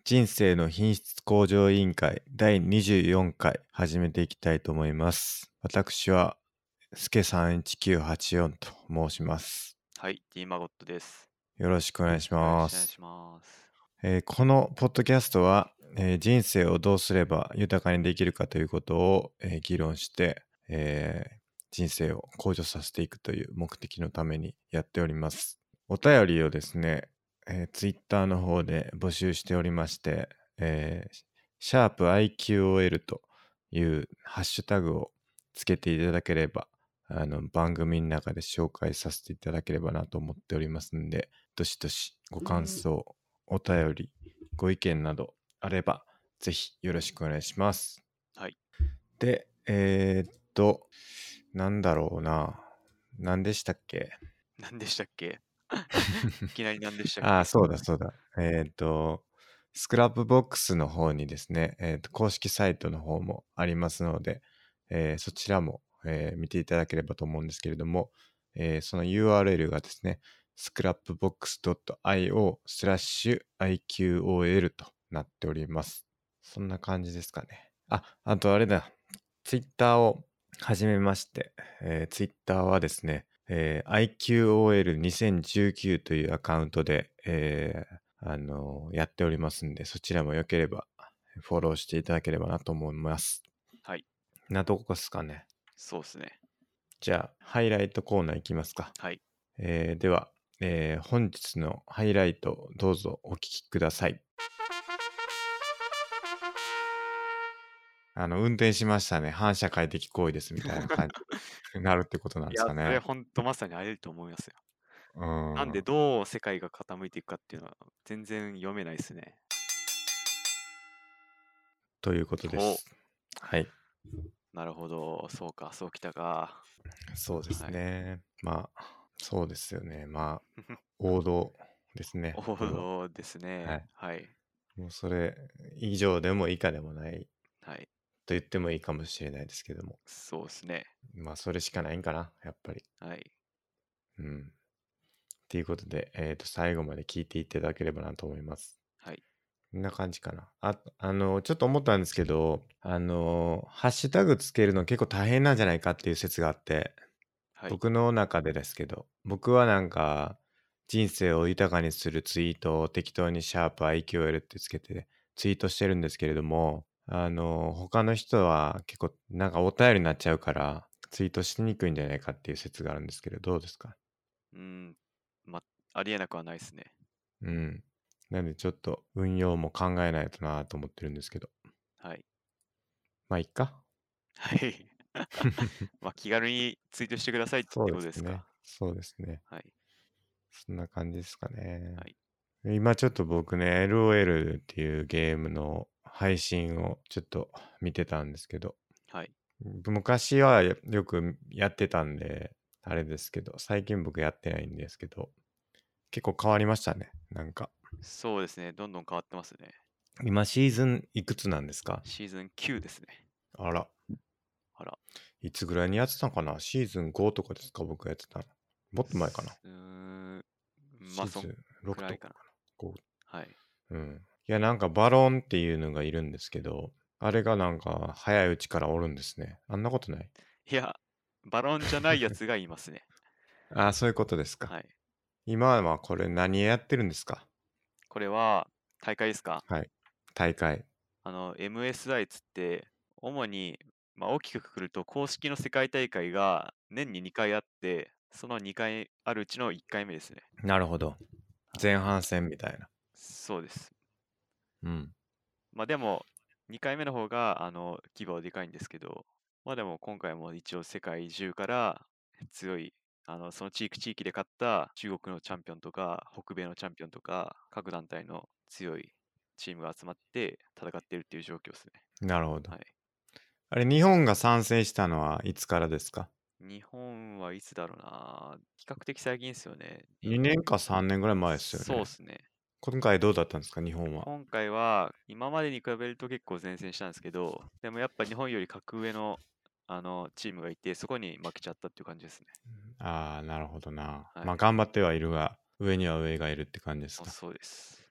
人生の品質向上委員会第24回始めていきたいと思います。私はスケ31984と申します。 はい、D マゴットです。 よろしくお願いしよろます。 しくお願いします。 このポッドキャストは、人生をどうすれば豊かにできるかということを、議論して、人生を向上させていくという目的のためにやっております。お便りをですね、Twitter の方で募集しておりまして、#IQOL というハッシュタグをつけていただければ、番組の中で紹介させていただければなと思っておりますので、どしどしご感想、お便り、ご意見などあれば、ぜひよろしくお願いします。 はい。 で、なんだろうな。何でしたっけ何でしたっけいきなり何でしたっああ、 けそうだそうだ。スクラップボックスの方にですね、公式サイトの方もありますので、そちらも、見ていただければと思うんですけれども、その URL がですね、scrapbox.io/IQOL となっております。そんな感じですかね。あとあれだ。Twitter を始めまして、Twitter はですね、IQOL2019 というアカウントで、やっておりますんで、そちらもよければフォローしていただければなと思います。 はい。 なとこですかね。 そうですね。 じゃあ、ハイライトコーナーいきますか。 はい。 では、本日のハイライトどうぞお聞きください。運転しましたね。反社会的行為ですみたいな感じになるってことなんいや、それですかね。 ほんとまさにあれると思いますよ。 うなんでん。 どう世界が傾いていくかっていうのは全然読めないですね。 ということでお、 す。はい。 なるほど。そうか、そうきたか。 そうですはい。 ね。まあ、そうですよね。まあ、王道ですね。 王これは。 道ですね。 はい。 はい。 もうそれ以上でも以下でもないはい。 と言ってもいいかもしれないですけども。 そうですね。 まあ、それしかないんかな。やっぱり。 はい。 うん。ということで、最後まで聞いていただければなと思います。 はい。 こんな感じかな。ちょっと思ったんですけど、ハッシュタグつけるの結構大変なんじゃないかっていう説があって、 はい。 僕の中でですけど、僕はなんか、人生を豊かにするツイートを適当に#IQL ってつけてツイートしてるんですけれども、他の人は結構なんかお便りになっちゃうから、ツイートしにくいんじゃないかっていう説があるんですけど、どうですか？ うん。ま、ありえなくはないですね。 うん。なんでちょっと運用も考えないとなと思ってるんですけど。 はい。 まあ、いっか。 はい。まあ、気軽にツイートしてくださいっそうてですね。 ことですか。 そうですね。 はい。 そんな感じですかね。 はい。 今ちょっと僕ね、LOL っていうゲームの配信をちょっと見てたんですけど、 はい。 昔はよくやってたんで、あれですけど、最近僕やってないんですけど、結構変わりましたね。なんか、 そうですね。どんどん変わってますね。 今シーズンいくつなんですか？ シーズン9ですね。 あら、 あら。 いつぐらいにやってたのかな？シーズン5とかですか？僕やってたの。もっと前かな？ まあ、そんシーズン6 くらいかな。 とかかな？ 5。 はい。 うん。いや、なんかバロンっていうのがいるんですけど、あれがなんか早いうちからおるんですね。あんなことない？ いや、バロンじゃないやつがいますね。 ああ、そういうことですか。 はい。 今はこれ何やってるんですか？ これは、大会ですか？ はい。大会。 MSI つって、主に、まあ、大きくくくると、公式の世界大会が年に2回あって、その2回あるうちの1回目ですね。 なるほど。 はい。 前半戦みたいな。 そうです。 うん。 まあでも、2回目の方が、規模はでかいんですけど、まあでも今回も一応世界中から強い、その地域で勝った中国のチャンピオンとか、北米のチャンピオンとか、各団体の強いチームが集まって戦っているっていう状況ですね。 なるほど。 はい。 あれ、日本が参戦したのはいつからですか？ 日本はいつだろうな。比較的最近ですよね。 2年か3年ぐらい前ですよね。 そうですね。 今回どうだったんですか？日本は。 今回は今までに比べると結構善戦したんですけど、でもやっぱ日本より格上の、チームがいて、そこに負けちゃったっていう感じですね。 ああ、なるほどな。 はい。 まあ、頑張ってはいるが、上には上がいるって感じですか。 そうです。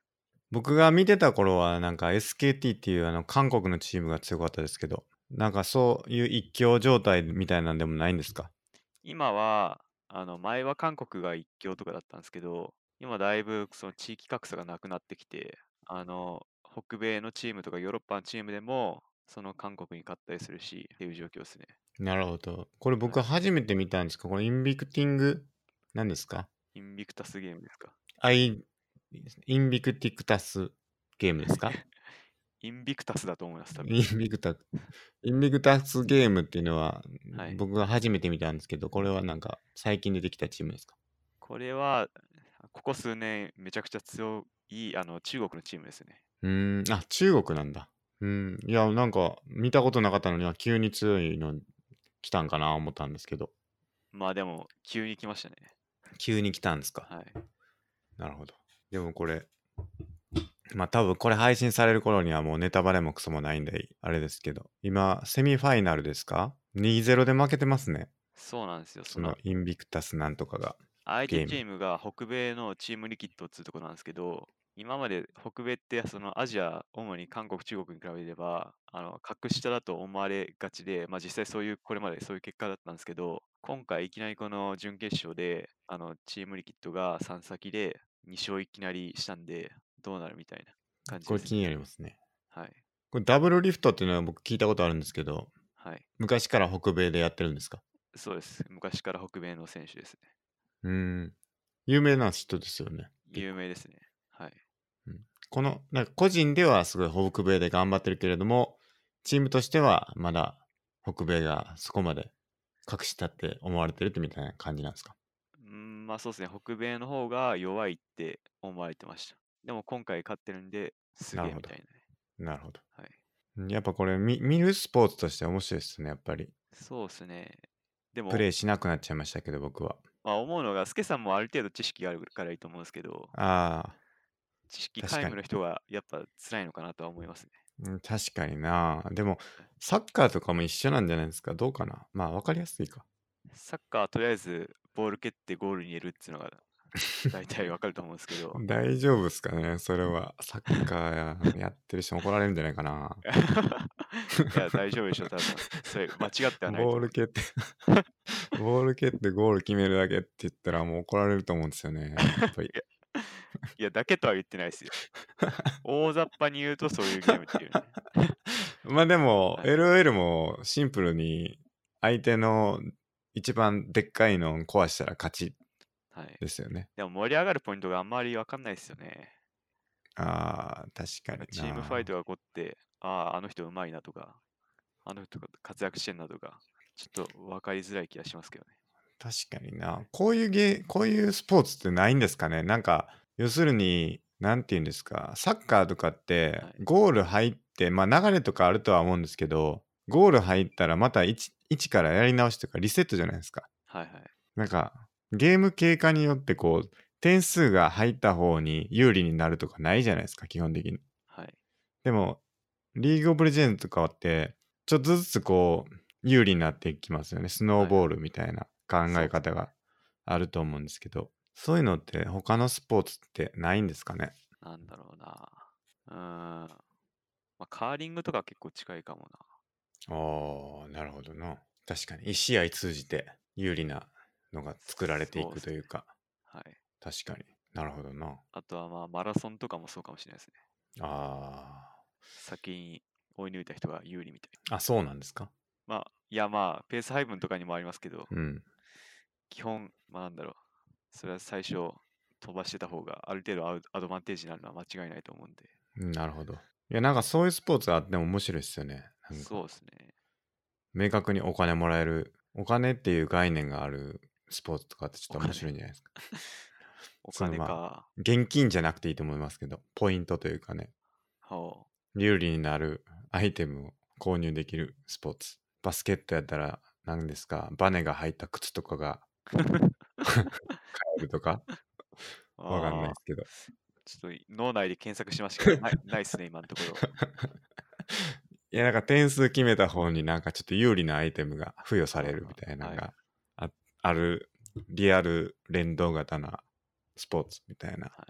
僕が見てた頃はなんか SKT っていう韓国のチームが強かったですけど、なんかそういう一強状態みたいなんでもないんですか？ 今は、前は韓国が一強とかだったんですけど、今だいぶその地域格差がなくなってきて、北米のチームとかヨーロッパのチームでも、その韓国に勝ったりするし、っていう状況ですね。 なるほど。これはい。 僕初めて見たんですか？このインビクティング、何ですか？ インビクタスゲームですか？ アイ、インビクティクタスゲームですか？ インビクタスだと思います、多分。 インビクタ、インビクタスゲームっていうのははい。 僕が初めて見たんですけど、これはなんか最近出てきたチームですか？ これは、ここ数年めちゃくちゃ強い、中国のチームですね。 あ、中国なんだ。いや、なんか見たことなかったのには急に強いの来たんかな思ったんですけど、 まあでも、急に来ましたね。 急に来たんですか？ はい。 なるほど。でもこれ、まあ多分これ配信される頃にはもうネタバレもクソもないんで、あれですけど、今、セミファイナルですか？ 2-0 で負けてますね。 そうなんですよ。 そのインビクタスなんとかが、 相手ゲーム。 チームが北米のチームリキッドっていうところなんですけど、今まで北米ってそのアジア、主に韓国、中国に比べれば、格下だと思われがちで、まあ実際そういう、これまでそういう結果だったんですけど、今回いきなりこの準決勝で、チームリキッドが3先で2勝いきなりしたんで、どうなるみたいな感じですね。 これ気になりますね。 はい。 これダブルリフトっていうのは僕聞いたことあるんですけど、 はい。 昔から北米でやってるんですか？ そうです。昔から北米の選手ですね。 うーん。有名な人ですよね。結構。 有名ですね。はい。 うん、この、なんか個人ではすごい北米で頑張ってるけれども、チームとしてはまだ北米がそこまで格下って思われてるってみたいな感じなんですか？ まあそうですね。北米の方が弱いって思われてました。でも今回勝ってるんで、すなるほど。 げえみたいなね。 なるほど。 はい。 やっぱこれ見るスポーツとして面白いですね、やっぱり。 そうですね。でも、 プレイしなくなっちゃいましたけど、僕は。 まあ思うのが、スケさんもある程度知識があるからいいと思うんですけど、 ああ、 知識確かに。 皆無の人がやっぱ辛いのかなとは思いますね。 確かにな。でも、サッカーとかも一緒なんじゃないですか。どうかな。まあ、わかりやすいか。 サッカーはとりあえずボール蹴ってゴールに入れるっていうのが大体わかると思うんですけど、 大丈夫ですかね、それは。サッカーやってる人怒られるんじゃないかな。 いや、大丈夫でしょ、多分。それ間違ってはないと思う。 ボール蹴ってボール蹴ってゴール決めるだけって言ったらもう怒られると思うんですよね。やっぱり。 いや、いやだけとは言ってないですよ。大雑把に言うとそういうゲームっていうね。 まあでも、 はい。 LOL もシンプルに相手の一番でっかいのを壊したら勝ちはい。 ですよね。 でも盛り上がるポイントがあんまりわかんないですよね。 ああ、確かになんかチームファイな。 トが起こって、ああ、あの人うまいなとか、あの人が活躍してんなとか、ちょっと分かりづらい気がしますけどね。 確かにな。こういうスポーツってないんですかね。なんか、要するに、なんて言うんですか。サッカーとかってはい。 ゴール入って、まあ流れとかあるとは思うんですけど、ゴール入ったらまた一からやり直しとかリセットじゃないですか。 はいはい。 なんか、ゲーム経過によってこう、点数が入った方に有利になるとかないじゃないですか、基本的に。 はい。 でも、リーグオブレジェンドとかって、ちょっとずつこう、有利になっていきますよね。スノーはいはい。 ボールみたいな考そうですね。 え方があると思うんですけど、そういうのって他のスポーツってないんですかね。 なんだろうな。まあ、カーリングとか結構近いかもああ、なるほどな。確かに、一試合通じて有利なのがな。 作られていそうですね。 くというか、 はい。 確かになるほどな。 あとはまあマラソンとかもそうかもしれないですね。 あ先に追い抜いた人が有利みたいあ、そうなんですか。 な。まあ、いやまあ、ペース配分とかにもありますけど、 うん。 基本、まあなんだろう。それは最初飛ばしてた方がある程度アドバンテージになるのは間違いないと思うんで。 なるほど。いや、なんかそういうスポーツあっても面白いですよね。なんか、 そうですね。 明確にお金もらえる、お金っていう概念があるスポーツとかってちょっと面お金。 白いんじゃないですか。 おそのまあ、 金か。 現金じゃなくていいと思いますけど、ポイントというかね、 ほ有利になるアイテムを購入できるスポーツ。バスケットやったら何ですか、バネが入った靴とかがう。 買えるとかわかんないああ、 ですけど。 ちょっと脳内で検索しましたけど、ないっすね、今のところ。 いや、なんか点数決めた方になんかちょっと有利なアイテムが付与されるみあたいなあ、はい。 のがあるリアル連動型なスポーツみたいな。 はい。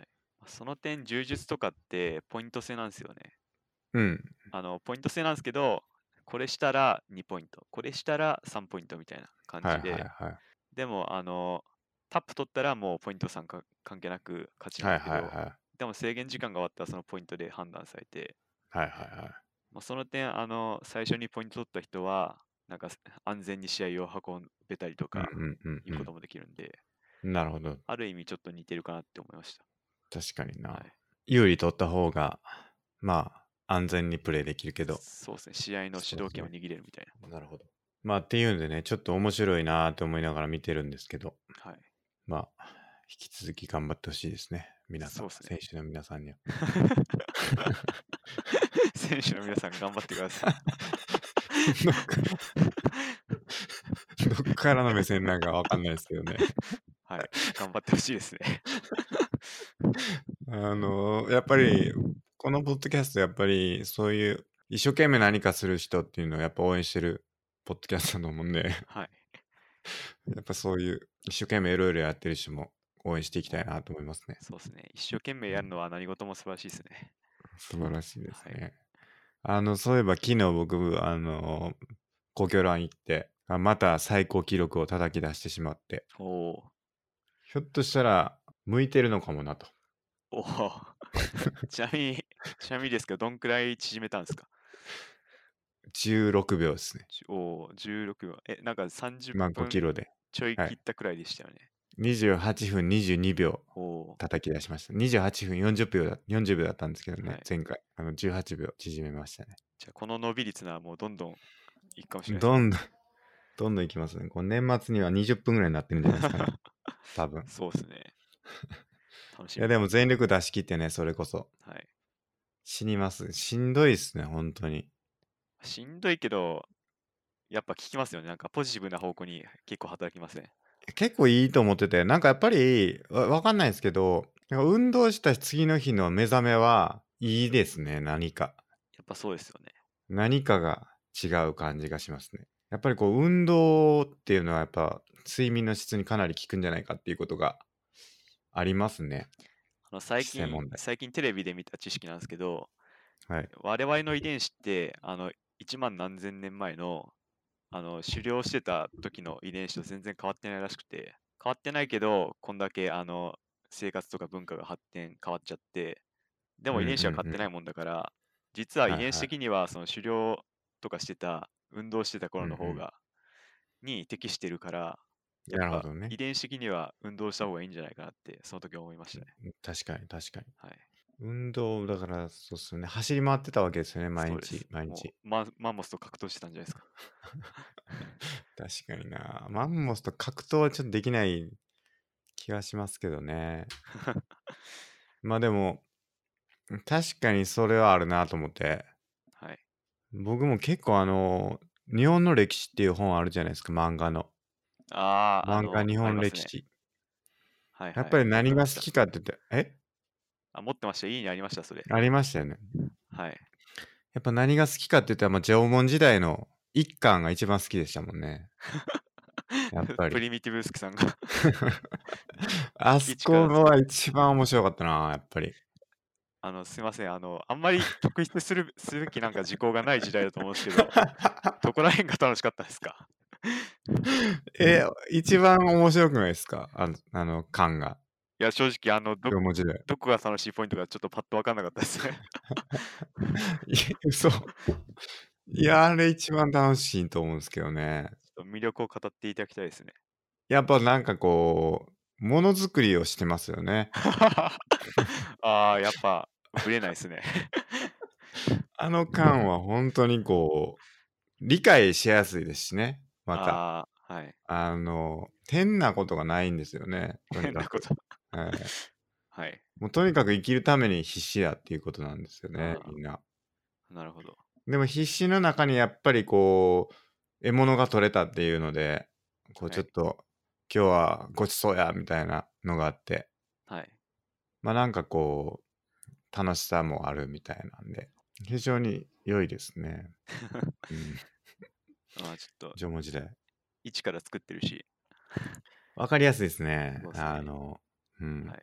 その点、柔術とかってポイント制なんですよね。 うん。 ポイント制なんですけど、これしたら2ポイント、これしたら3ポイントみたいな感はいじで、 はいはい。 でも、タップ取ったらもうポイント3か関係なく勝ちなんはいですけど、 はいはい。 でも制限時間が終わったらそのポイントで判断されて、 はいはいはい。 まあ、その点、最初にポイント取った人は、なんか安全に試合を運べたりとか、 うんうんうんいうこともできるんで、 うん。なるほど。 ある意味ちょっと似てるかなって思いました。 確かにな。 はい。 有利取った方が、まあ、安全にプレイできるけど。 そうですね。試合の主導権を握れるみたいなるほど。まあ、っていうんでね、ちょっと面白いなと思いながら見てるんですけど、 な。はい。 まあ、引き続き頑張ってほしいですね。皆さん、 そうですね。 選手の皆さんには。 選手の皆さん頑張ってください。 どっかどっからの目線なんかわかんないですけどね。 はい。頑張ってほしいですね。 やっぱり、このポッドキャスト、やっぱり、そういう、一生懸命何かする人っていうのをやっぱ応援してるポッドキャストだと思うんで、 はい。 やっぱそういう一生懸命いろいろやってる人も応援していきたいなと思いますね。 そうですね。一生懸命やるのは何事も素晴らしいですね。 素晴らしいですはい。 ね。そういえば昨日僕、皇居ラン行って、また最高記録を叩き出してしまって、 おお。 ひょっとしたら向いてるのかもなと。 おお。ちなみにですけど、どんくらい縮めたんですか？ 16秒ですね。 おお、16秒。なんか30 まあ5キ分ロで。 ちょいはい。 切ったくらいでしたよね。 28分22秒おお。 叩き出しました。28分40秒だったんですけどね、 はい。 前回。18秒縮めましたね。 じゃあ、この伸び率ならもうどんどんいくかもしれないですね。 どんどん、どんどんいきますね。こう年末には20分ぐらいになってるんじゃないですかね。多分。 そうですね。楽しいや、 み。 でも全力出し切ってね、それこそ。 はい。 死にます。しんどいっすね、本当に。 しんどいけど、やっぱ効きますよね。なんかポジティブな方向に結構働きますね。 結構いいと思ってて、なんかやっぱり、わかんないですけど、なんか運動した次の日の目覚めはいいですね、何か。 やっぱそうですよね。 何かが違う感じがしますね。やっぱりこう、運動っていうのはやっぱ、睡眠の質にかなり効くんじゃないかっていうことがありますね。 最近、 実際問題。 最近テレビで見た知識なんですけど、 はい。 我々の遺伝子って、1万何千年前の、狩猟してた時の遺伝子と全然変わってないらしくて、変わってないけど、こんだけ、生活とか文化が変わっちゃって、でうんうんも遺伝子は変わっうん。 てないもんだから、実は遺伝子はいはい。 的には、その狩猟とかしてた、運動してた頃うんうん。 の方が、に適してるから、やっぱなるほどね。 遺伝子的には運動した方がいいんじゃないかなって、その時思いましたね。 確かに確かに。 はい。 運動、だから、そうっすよね。走り回ってたわけですよね、毎日、 そうです。 毎日。 もう、マンモスと格闘してたんじゃないですか。 確かにな。マンモスと格闘はちょっとできない気がしますけどね。まあでも、確かにそれはあるなと思って。 はい。 僕も結構日本の歴史っていう本あるじゃないですか、漫画の。 ああ、 漫画日ありますね。 本歴史。 はいはい。 やっぱり持ってました。 何が好きかって言って、 持ってました。家にありました、それ。 ありましたよね。 はい。 やっぱ何が好きかって言ったら、まあ、縄文時代の一巻が一番好きでしたもんね。やっぱり。 プリミティブスキさんがあそ一からこは一番面白かったな、やっぱり。 すいません。あんまり特筆すべきなんか時効がない時代だと思うんですけど、どこら辺が楽しかったですか？ 一番面白くないですか、巻が。 いや、正直、 縄文時代。 どこが楽しいポイントかちょっとパッとわかんなかったですね。 嘘。いや、あれ一番楽しいと思うんですけどね。 ちょっと魅力を語っていただきたいですね。 やっぱなんかこう、ものづくりをしてますよね。 ああ、やっぱ、ぶれないですね。 あの巻は本当にこう、理解しやすいですしね、また。 ああ、はい。 変なことがないんですよね、とにかく。 変なこと。 はい。 はい。 もうとにかく生きるために必死やっていうことなんですよね、 あみんな。 あ、なるほど。 でも必死の中にやっぱりこう、獲物が取れたっていうので、こうはい。 ちょっと、今日はごちそうやみたいなのがあって、 はい。 まあなんかこう、楽しさもあるみたいなんで、非常に良いですね。うん。 まあ、ちょっと、 縄文時代。 一から作ってるし、 わかりやすいですね。 そうですね。 うん。 はい。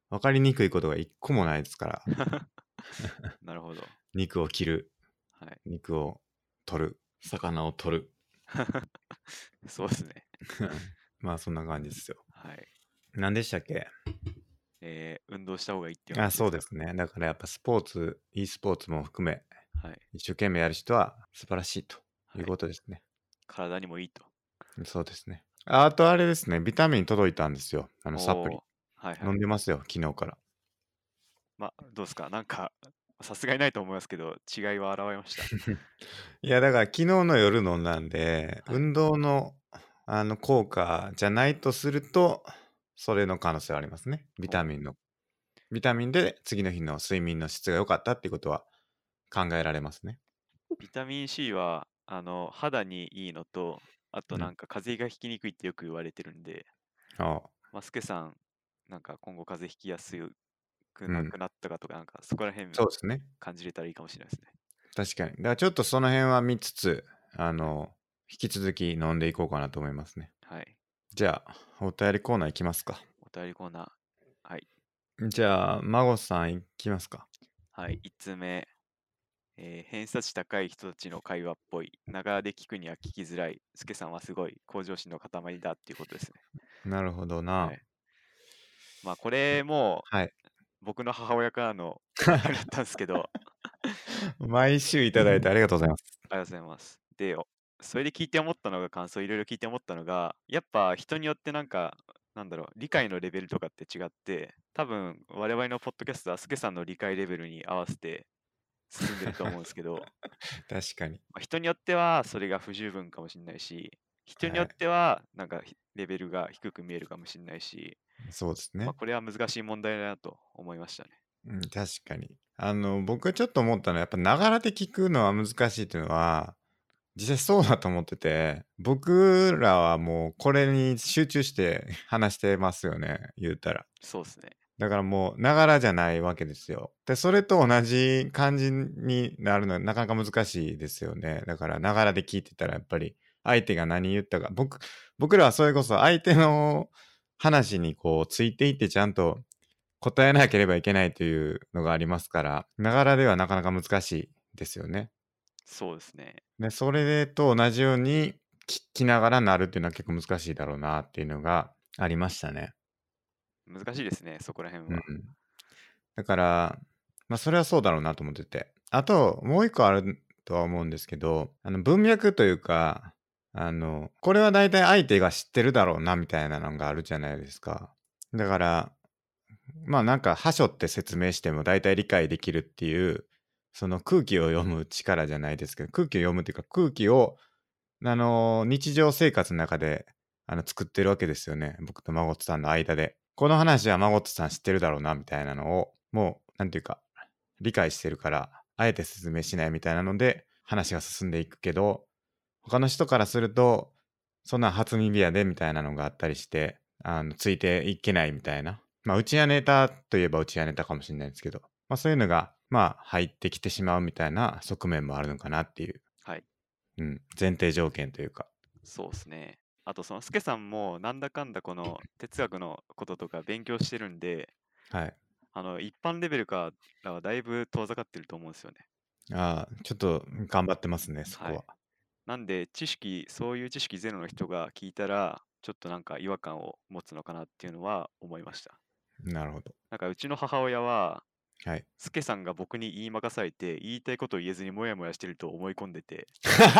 分かりにくいことが一個もないですから。 なるほど。 肉を切る、 はい。 肉を取る、魚を取る。 そうですね。 まあそんな感じですよ。 はい。 何でしたっけ？ 運動した方がいいっていうあ、 話ですか。 そうですね。だからやっぱスポーツ、e スポーツも含め、 はい。 一生懸命やる人は素晴らしいというはい。 ことですね。 体にもいいと。 そうですね。あとあれですね、ビタミン届いたんですよ。 おサプリ。 お、はいはい。 飲んでますよ、昨日から。 ま、どうですかなんか、さすがにないと思いますけど、違いは現れました。 いや、だから昨日の夜飲んだんで、 はい。 運動の効果じゃないとすると、それの可能性はありますね。ビおお、 タミンの。ビタミンで次の日の睡眠の質が良かったっていうことは考えられますね。 ビタミン C は、肌にいいのと、あとうん。 なんか風邪がひきにくいってよく言われてるんで、 ああ、 まあ、スケさん、なんか今後風邪ひきやすくうん。 なくなったかとか、なんかそこら辺そうですね。 感じれたらいいかもしれないですね。 確かに。だからちょっとその辺は見つつ、引き続き飲んでいこうかなと思いますね。 はい。 じゃあ、お便りコーナー行きますか。 お便りコーナー。はい。 じゃあ、孫さん行きますか。 はい。1つ目、偏差値高い人たちの会話っぽい。ながらで聞くには聞きづらい。スケさんはすごい向上心の塊だっていうことですね。 なるほどな。 はい。まあ、これもはい。 僕の母親からのお便りだったんですけど、 毎週いただいてありがとうございます。 ありがとうございます。で、それで聞いて思ったのが、感想いろいろ聞いて思ったのが、やっぱ人によってなんか、なんだろう、理解のレベルとかって違って、多分我々のポッドキャストはスケさんの理解レベルに合わせて進んでると思うんですけど、 確かに。 まあ、人によってはそれが不十分かもしれないし、人によっはい。 てはなんかレベルが低く見えるかもしれないし、まあ、 そうですね。 これは難しい問題だなと思いましたね。 うん、確かに。僕がちょっと思ったのは、やっぱながらで聞くのは難しいっていうのは、実際そうだと思ってて、僕らはもうこれに集中して話してますよね、言うたら。 そうですね。 だからもう、ながらじゃないわけですよ。で、それと同じ感じになるのはなかなか難しいですよね。だから、ながらで聞いてたらやっぱり、相手が何言ったか、僕らはそれこそ相手の話にこう、ついていってちゃんと答えなければいけないというのがありますから、ながらではなかなか難しいですよね。 そうですね。 で、それと同じように聞きながらなるっていうのは結構難しいだろうなっていうのがありましたね。 難しいですね、そこら辺は。 うん。だから、まあそれはそうだろうなと思ってて。あと、もう一個あるとは思うんですけど、文脈というか、これは大体相手が知ってるだろうなみたいなのがあるじゃないですか。だから、まあなんか、はしょって説明しても大体理解できるっていう、その空気を読む力じゃないですけど、空気を読むっていうか空気を、日常生活の中で、作ってるわけですよね。僕と孫さんの間で。この話は孫さん知ってるだろうな、みたいなのを、もう、なんていうか、理解してるから、あえて説明しないみたいなので、話が進んでいくけど、他の人からすると、そんな初耳やで、みたいなのがあったりして、ついていけないみたいな。まあ、うちやネタといえばうちやネタかもしれないですけど、まあそういうのが、まあ入ってきてしまうみたいな側面もあるのかなっていう、 はい。 うん、前提条件というか。 そうですね。あと、そのスケさんもなんだかんだこの哲学のこととか勉強してるんで、 はい。 一般レベルからはだいぶ遠ざかってると思うんですよね。 ああ、ちょっと頑張ってますね、そはい。 こは。 なんで、そういう知識ゼロの人が聞いたら、ちょっとなんか違和感を持つのかなっていうのは思いました。 なるほど。 なんかうちの母親は、 はい。 スケさんが僕に言い任されて、言いたいことを言えずにモヤモヤしてると思い込んでて、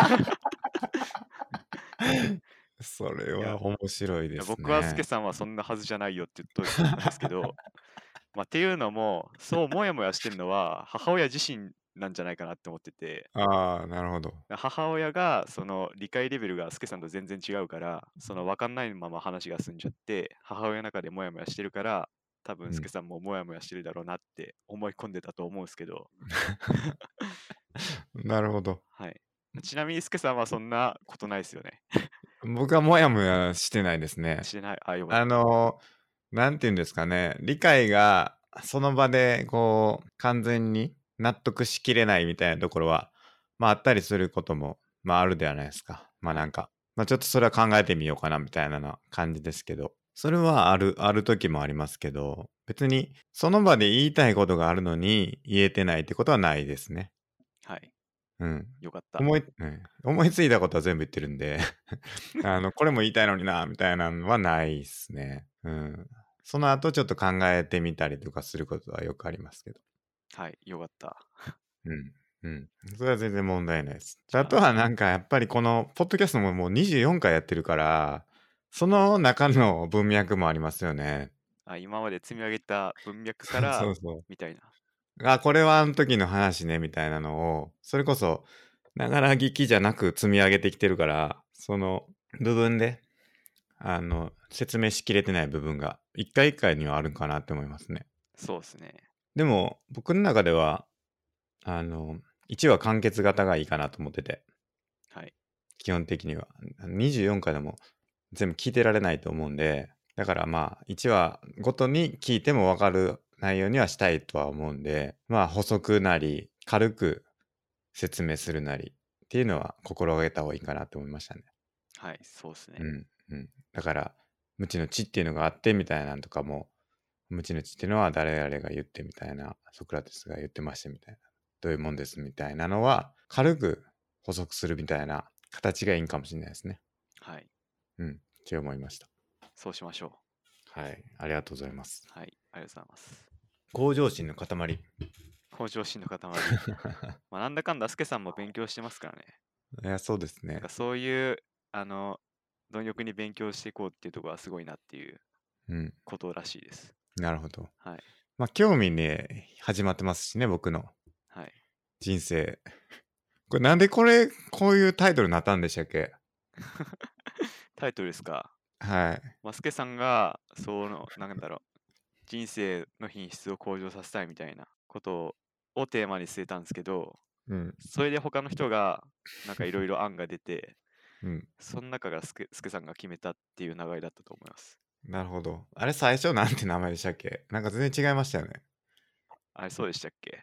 それいや、 は面白いいやです僕はスケね。 さんはそんなはずじゃないよって言っといたんですけど、まあ、っていうのも、そうモヤモヤしてるのは母親自身なんじゃないかなって思ってて、 ああ、なるほど。 母親がその理解レベルがスケさんと全然違うから、その分かんないまま話が進んじゃって、母親の中でモヤモヤしてるから、多分うん。 スケさんもモヤモヤしてるだろうなって思い込んでたと思うんですけど、 なるほど。 はい。ちなみにスケさんはそんなことないですよね。 僕はもやもやしてないですね。 してない。あ、よかっあた。 の、なんて言うんですかね、理解がその場でこう完全に納得しきれないみたいなところは、まああったりすることも、まああるではないですか。まあはい。 なんか、まあちょっとそれは考えてみようかなみたいな感じですけど、 それはある時もありますけど、別にその場で言いたいことがあるのに言えてないってことはないですね。 はい。 うん。 よかった。 思いついたことは全部言ってるんでこれも言いたいのにな、みたいなのはないっすね。うん。その後ちょっと考えてみたりとかすることはよくありますけど。 はい、よかった。 うん。うん。それは全然問題ないです。 じゃあ、 あとはなんかやっぱりこのポッドキャストももう24回やってるから、その中の文脈もありますよね。 今まで積み上げた文脈かそうそら、 うそみたいな。 う。あ、これはあの時の話ね、みたいなのを、それこそ、ながら聞きじゃなく積み上げてきてるから、その部分で、説明しきれてない部分が、一回一回にはあるんかなって思いますね。 そうですね。 でも、僕の中では、1話完結型がいいかなと思ってて、 はい。 基本的には。24回でも全部聞いてられないと思うんで、だからまあ、1話ごとに聞いてもわかる内容にはしたいとは思うんで、まあ、補足なり、軽く説明するなりっていうのは心がけた方がいいかなと思いましたね。 はい、そうですね。 うん、うん。だから、無知の知っていうのがあってみたいなのとかも、無知の知っていうのは誰々が言ってみたいな、ソクラテスが言ってましたみたいな、どういうもんですみたいなのは、軽く補足するみたいな形がいいんかもしれないですね。 はい。 うん、って思いました。 そうしましょはい、ありがとうございます。 う。はい。ありがとうございます。 向上心の塊。 向上心の塊。まあ、なんだかんだ、スケさんも勉強してますからね。 いや、そうですね。 なんかそういう、あの、貪欲に勉強していこうっていうところはすごいなっていううん、 ことらしいです。 なるほど。 はい。 まあ、興味ね、始まってますしね、僕のはい。 人生。これなんでこういうタイトルになったんでしたっけ？ タイトルですか。 はい。 マスケさんが、なんだろう、人生の品質を向上させたいみたいなことをテーマに据えたんですけど、 うん、 それで他の人が、なんかいろいろ案が出て、 うん。 その中からスケさんが決めたっていう流れだったと思います。 なるほど。あれ最初なんて名前でしたっけ？なんか全然違いましたよね。 あれ、そうでしたっけ？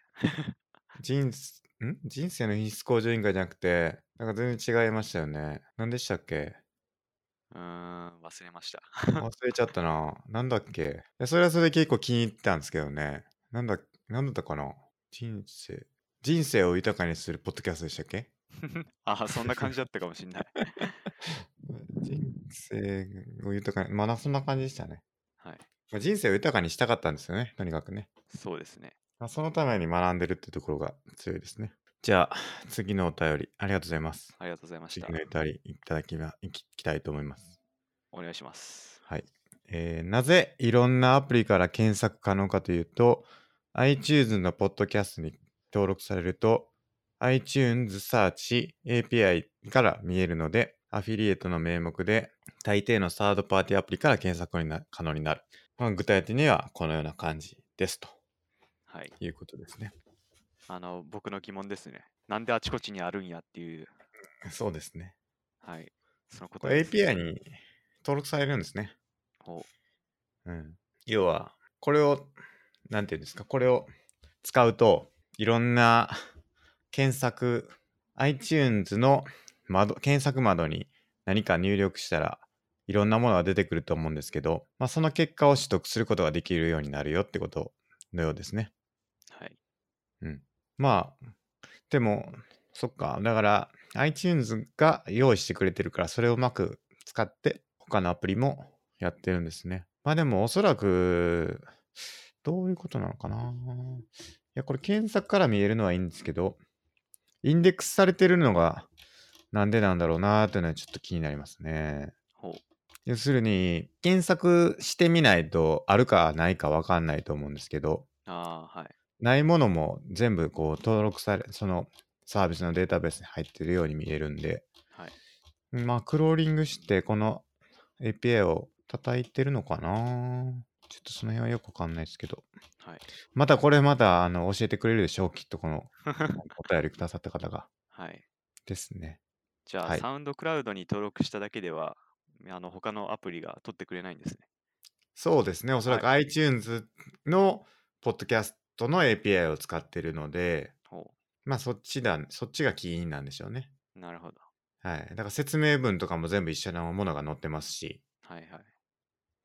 人生の品質向上委員会じゃなくて、なんか全然違いましたよね。何でしたっけ？ 忘れました。 忘れちゃったな。なんだっけ？それはそれで結構気に入ったんですけどね。なんだったかな？人生を豊かにするポッドキャストでしたっけ？ そんな感じだったかもしんない。 人生を豊かに、まあそんな感じでしたね。 はい。 まあ人生を豊かにしたかったんですよね。とにかくね。 そうですね。 まあ、そのために学んでるってところが強いですね。じゃあ、次のお便り、ありがとうございます。 ありがとうございまし次た。 のお便りいきたいと思います。 お願いします。 はい。なぜいろんなアプリから検索可能かというと、iTunes のポッドキャストに登録されると、iTunes Search API から見えるので、アフィリエイトの名目で、大抵のサードパーティーアプリから検索可能になる。まあ、具体的にはこのような感じですとはい。 いうことですね。 僕の疑問ですね。なんであちこちにあるんやっていう、 そうですね。 はい。そのここれとです。 API に登録されるんですね。 ほうん。要は、これを、なんていうんですか、これを使うと、いろんな検索、iTunes の検索窓に何か入力したら、いろんなものが出てくると思うんですけど、まあ、その結果を取得することができるようになるよってことのようですね。 はい。 うん。まあ、でも、そっか。だから、iTunes が用意してくれてるから、それをうまく使って、他のアプリもやってるんですね。まあでも、おそらく、どういうことなのかな。いや、これ検索から見えるのはいいんですけど、インデックスされてるのがなんでなんだろうなーっていうのはちょっと気になりますね。 ほう。 要するに、検索してみないと、あるかないかわかんないと思うんですけど、 はい。 ないものも全部こう登録され、そのサービスのデータベースに入ってるように見えるんで、 はい。 まあ、クローリングしてこの API を叩いてるのかな。ちょっとその辺はよくわかんないですけど。 はい。 また教えてくれるでしょう。きっとこのお便りくださった方が。 はい。 ですね。 じゃあ、 はい。 サウンドクラウドに登録しただけでは、他のアプリが取ってくれないんですね。 そうですね。おそらはい。 く iTunes のポッドキャストの API を使ってるので、 ほまあそっちが起因なんでしょうね。 う。なるほど。 はい。だから説明文とかも全部一緒のものが載ってますし、 はいはい。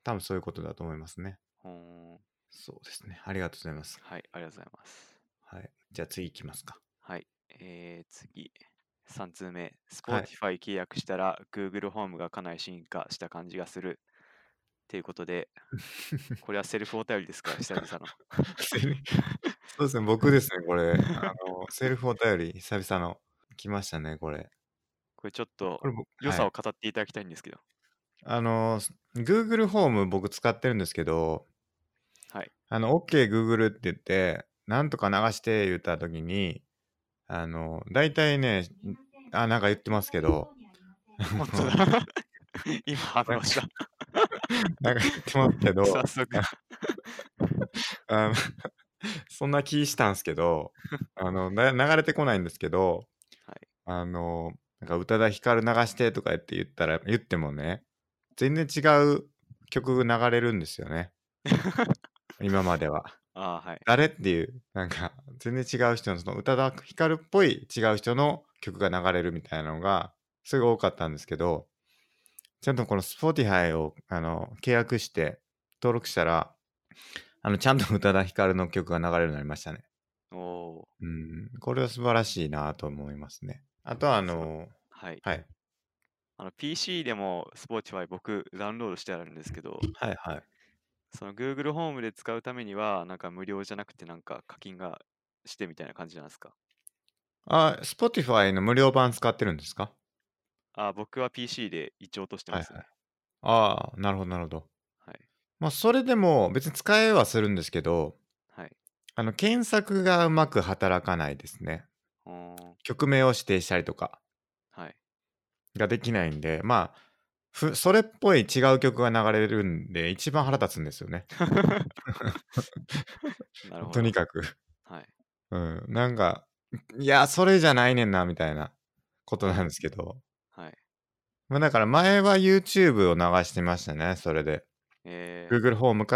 多分そういうことだと思いますね。 ほーん。 そうですね。ありがとうございます。 はい、ありがとうございます。 はい。じゃあ次行きますか。 はい。次。3通目。 はい。 Spotify 契約したら Google ホームがかなり進化した感じがする。っていうことで、これはセルフお便りですか久々の。 セルそうですね。僕ですね、これ。セルフお便り、久々の。来ましたね、これ。 これちょっとこれ僕、 良さをはい。 語っていただきたいんですけど。 Google ホーム僕使ってるんですけど、 はい。 OK Google って言って、なんとか流して言った時に、大体ね、なんか言ってますけど、 本当だ。今反なんか、 応した。 なんか言ってますけど、 早速。 あのそんな気したんすけど、流れてこないんですけど、 はい。 なんか宇多田ヒカル流してとか言ってもね、全然違う曲流れるんですよね。今までは。 ああ、はい。 誰っていう、なんか全然違う人の、その宇多田ヒカルっぽい違う人の曲が流れるみたいなのが、すごい多かったんですけど、ちゃんとこの Spotify を契約して登録したら、ちゃんと宇多田ヒカルの曲が流れるようになりましたね。 おおうん、これは素晴らしいなと思いますね。あとはー。はい。 はい。 PC でも Spotify 僕ダウンロードしてあるんですけど、 はいはい。 その Google ホームで使うためには、なんか無料じゃなくてなんか課金がしてみたいな感じなんですか？ Spotify の無料版使ってるんですか？ 僕は PC で一応落としてますね。 はいはい。ああ、なるほどなるほど。 はい。 まあ、それでも別に使えはするんですけど、 はい。 検索がうまく働かないですね。 おー。 曲名を指定したりとかはい。 ができないんで、まあ、それっぽい違う曲が流れるんで、一番腹立つんですよね。 なるほど。 とにかく。 はい。 うん。なんか、いや、それじゃないねんな、みたいなことなんはい。 ですけど。 はい。 まあ、だから前は YouTube を流してましたね、それで。 え Google ホームから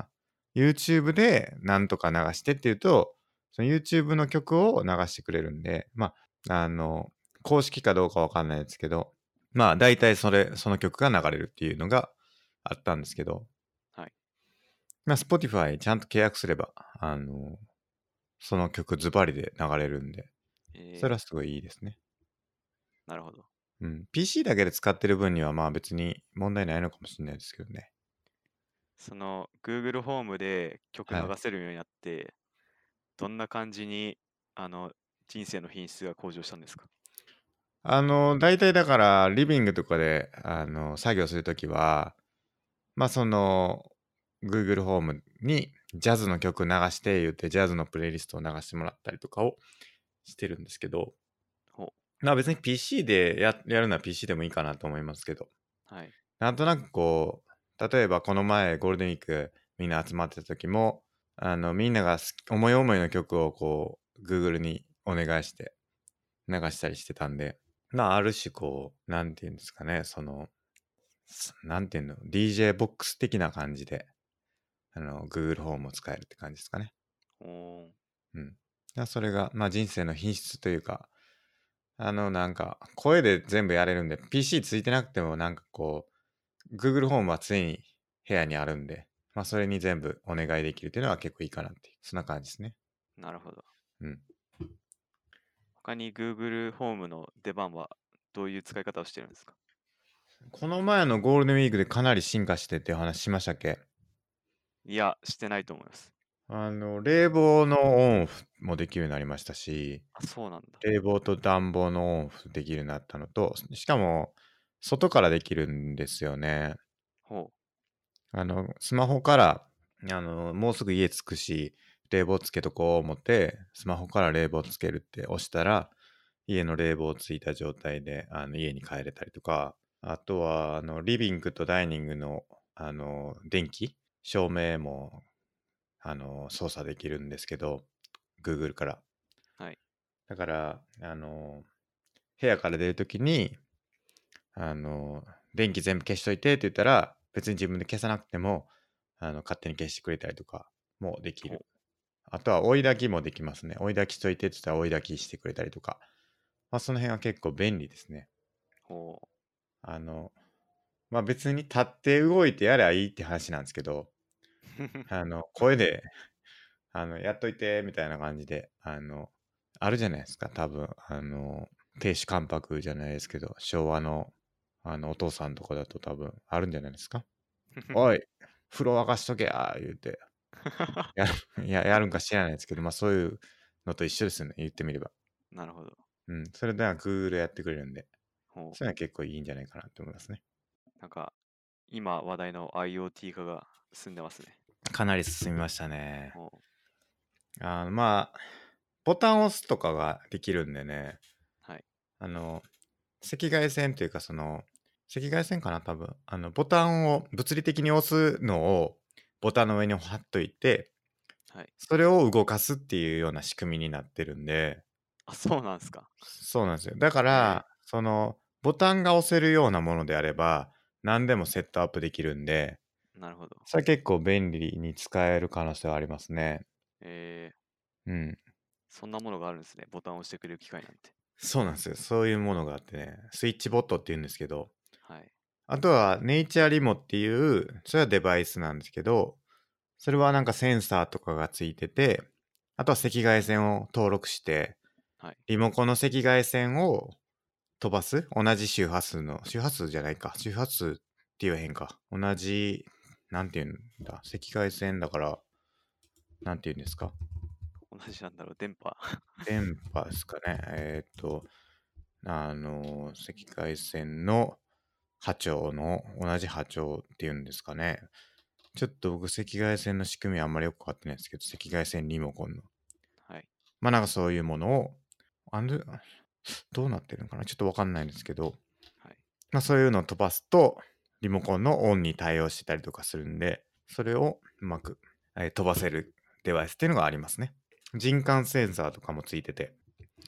YouTube でなんとか流してって言うと、その YouTube の曲を流してくれるんで、まあ、公式かどうかわかんないですけど、まあ、大体その曲が流れるっていうのがあったんですけど、 はい。 まあ、Spotify ちゃんと契約すれば、その曲ズバリで流れるんで、それはえすごいいいですね。 なるほど。 うん。PC だけで使ってる分にはまあ別に問題ないのかもしれないですけどね。 その Google ホームで曲流はい。 せるようになって、どんな感じに、あの、人生の品質が向上したんですか？ 大体だから、リビングとかで、作業するときは、まあ、Google ホームにジャズの曲流して言って、ジャズのプレイリストを流してもらったりとかをしてるんですけど、 ほまあ別に PC でやるのは PC でもいいかなと思いますけど、 はい。 なんとなくこう、例えばこの前ゴールデンウィークみんな集まってた時も、みんなが思い思いの曲をこう、Google にお願いして流したりしてたんで、まあ、ある種こう、なんていうんですかね、なんていうの、DJ ボックス的な感じで、Google ホームを使えるって感じですかね。 おー。 うん。それが、まあ人生の品質というか、なんか、声で全部やれるんで、PC ついてなくてもなんかこう、Google ホームは常に部屋にあるんで、まあそれに全部お願いできるっていうのは結構いいかなっていう、そんな感じですね。 なるほど。 うん。 他に Google ホームの出番はどういう使い方をしてるんですか？ この前のゴールデンウィークでかなり進化してっていう話しましたっけ？ いや、してないと思います。 冷房のオンオフもできるようになりましたし、 そうなんだ。 冷房と暖房のオンオフできるようになったのと、しかも、外からできるんですよね。 ほスマホから、もうすぐ家着くし、冷房つけとこう思って、スマホから冷房つけるって押したら、家の冷房ついた状態で、家に帰れたりとか、あとは、リビングとダイニングの、電気、照明も、操作できるんですけど、Google から。 う。はい。 だから、部屋から出るときに、あの、電気全部消しといてって言ったら、別に自分で消さなくても、勝手に消してくれたりとかもできほる。あとは追い焚きもできますね。追い焚きしといてって言ったら追い焚きしてくれたりとか。まあ、その辺は結構便利ですね。 ほあの、 まあ別に立って動いてやればいいって話なんですけど、声で、やっといて、みたいな感じで、あるじゃないですか、多分、亭主関白じゃないですけど、昭和の、お父さんとかだと多分あるんじゃないですか。おい、風呂沸かしとけや、言うて、ややるんか知らないですけど、まあそういうのと一緒ですよね、言ってみれば。 なるほど。 うん、それではクールやってくれるんで、 ほそういうのは結構いいんじゃないかなと思いますね。 う。なんか、今話題の IoT 化が進んでますね。 かなり進みましたね。 ほう。 まあ、ボタンを押すとかができるんでね、 はい。 あの、赤外線というか、赤外線かな、多分。ボタンを物理的に押すのをボタンの上に貼っといて、 はい。 それを動かすっていうような仕組みになってるんで、 あ、そうなんすか。 そうなんですよ。だかえら、ボタンが押せるようなものであれば、何でもセットアップできるんで、 なるほど。 それは結構便利に使える可能性はありますね。 えー、 うん。 そんなものがあるんですね。ボタンを押してくれる機械なんて。 そうなんですよ。そういうものがあってね、スイッチボットって言うんですけど、 はい。 あとはネイチャーリモっていう、それはデバイスなんですけど、それはなんかセンサーとかがついてて、あとは赤外線を登録して、 はい。 リモコンの赤外線を飛ばす同じ周波数の、周波数じゃないか。周波数って言えへんか。同じ、なんて言うんだ。赤外線だから、なんて言うんですか。 同じなんだろう。電波。 電波ですかね。赤外線の波長の同じ波長っていうんですかね。ちょっと僕、赤外線の仕組みはあんまりよくわかってないですけど、赤外線リモコンの。 はい。 まあなんかそういうものを、あんでどうなってるのかなちょっとわかんないんですけど、 はい。 まあそういうのを飛ばすと、リモコンのオンに対応してたりとかするんで、それをうまく、飛ばせるデバイスっていうのがありますね。人感センサーとかもついてて、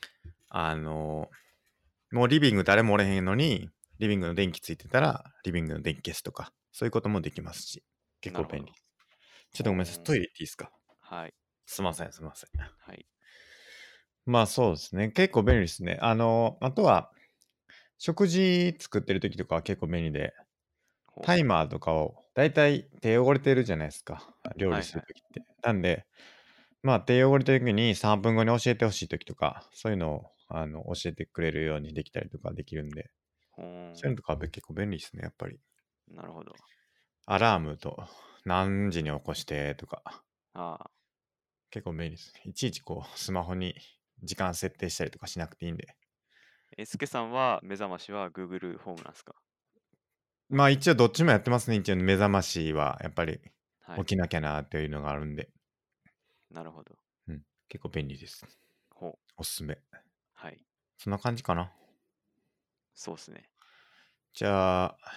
もうリビング誰もおれへんのに、リビングの電気ついてたら、リビングの電気消すとか、そういうこともできますし、結なるほど。 構便利。ちょっとごめんなさい、トイレ行っていいですか？ はい。 すいません、すいません。 はい。 まあそうですね。結構便利ですね。あとは、食事作ってる時とかは結構便利で、 ほう。 タイマーとかを、だいたい手汚れてるじゃないですか。料理はいはい。 する時って。なんで、まあ手汚れてる時に3分後に教えてほしい時とか、そういうのを教えてくれるようにできたりとかできるんで、 ほーん。 そういうのとかは結構便利ですね、やっぱり。 なるほど。 アラームと何時に起こしてとか、 ああ。 結構便利です。いちいちこう、スマホに時間設定したりとかしなくていいんで。 スケさんは目覚ましは Google ホームなんですか？ まあ一応どっちもやってますね。一応目覚ましはやっぱりはい。 起きなきゃなっていうのがあるんで。 なるほど。 うん。結構便利です。 ほう。 おすすめ。 はい。 そんな感じかな。 そうですね。 じゃあ、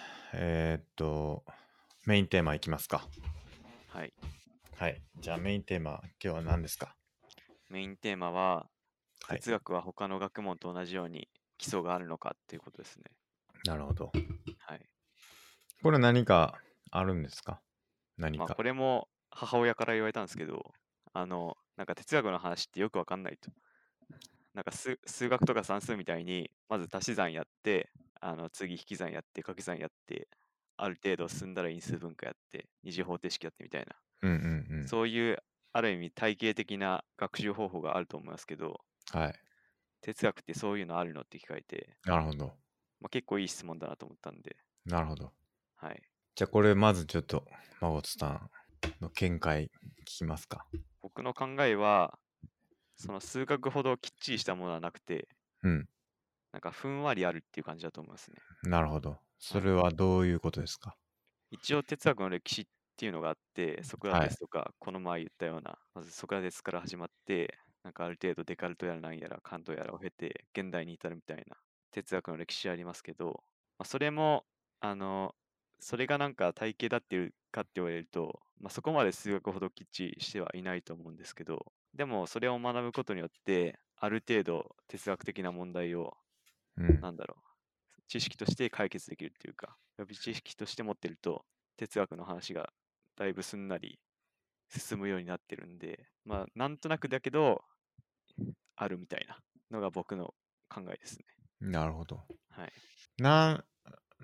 メインテーマいきますか。 はい。 はい。じゃあメインテーマ、今日は何ですか？ メインテーマは、 はい。 哲学は他の学問と同じように基礎があるのかっていうことですね。 なるほど。 はい。 これ何かあるんですか？何まあ、 か。 これも母親から言われたんですけど、なんか哲学の話ってよくわかんないと。なんか数学とか算数みたいに、まず足し算やって、次引き算やって、掛け算やって、ある程度進んだら因数分解やって、二次方程式やってみたいな。 うんうんそういう、ある意味体系的な学習方法があると思いますけど、 うん。はい。 哲学ってそういうのあるのって聞かれて、 なるほど。 まあ、結構いい質問だなと思ったんで、 なるほど。 はい。 じゃあこれまずちょっと、マゴツさんの見解聞きますか？ 僕の考えは、その数学ほどきっちりしたものはなくて、 うん。 なんかふんわりあるっていう感じだと思いますね。 なるほど。そはい。 れはどういうことですか？ 一応哲学の歴史っていうのがあって、ソクラはい。 テスとか、この前言ったような、まずソクラテスから始まって、なんかある程度デカルトやら何やらカントやらを経て、現代に至るみたいな哲学の歴史ありますけど、まあ、それも、あの、それがなんか体系だっていうかって言われると、まあ、そこまで数学ほどきっちりしてはいないと思うんですけど、でもそれを学ぶことによって、ある程度哲学的な問題を、 うん。 なんだろう、知識として解決できるっていうか、予備知識として持ってると、哲学の話がだいぶすんなり進むようになってるんで、まあ、なんとなくだけど、あるみたいなのが僕の考えですね。 なるほど。 はい。 な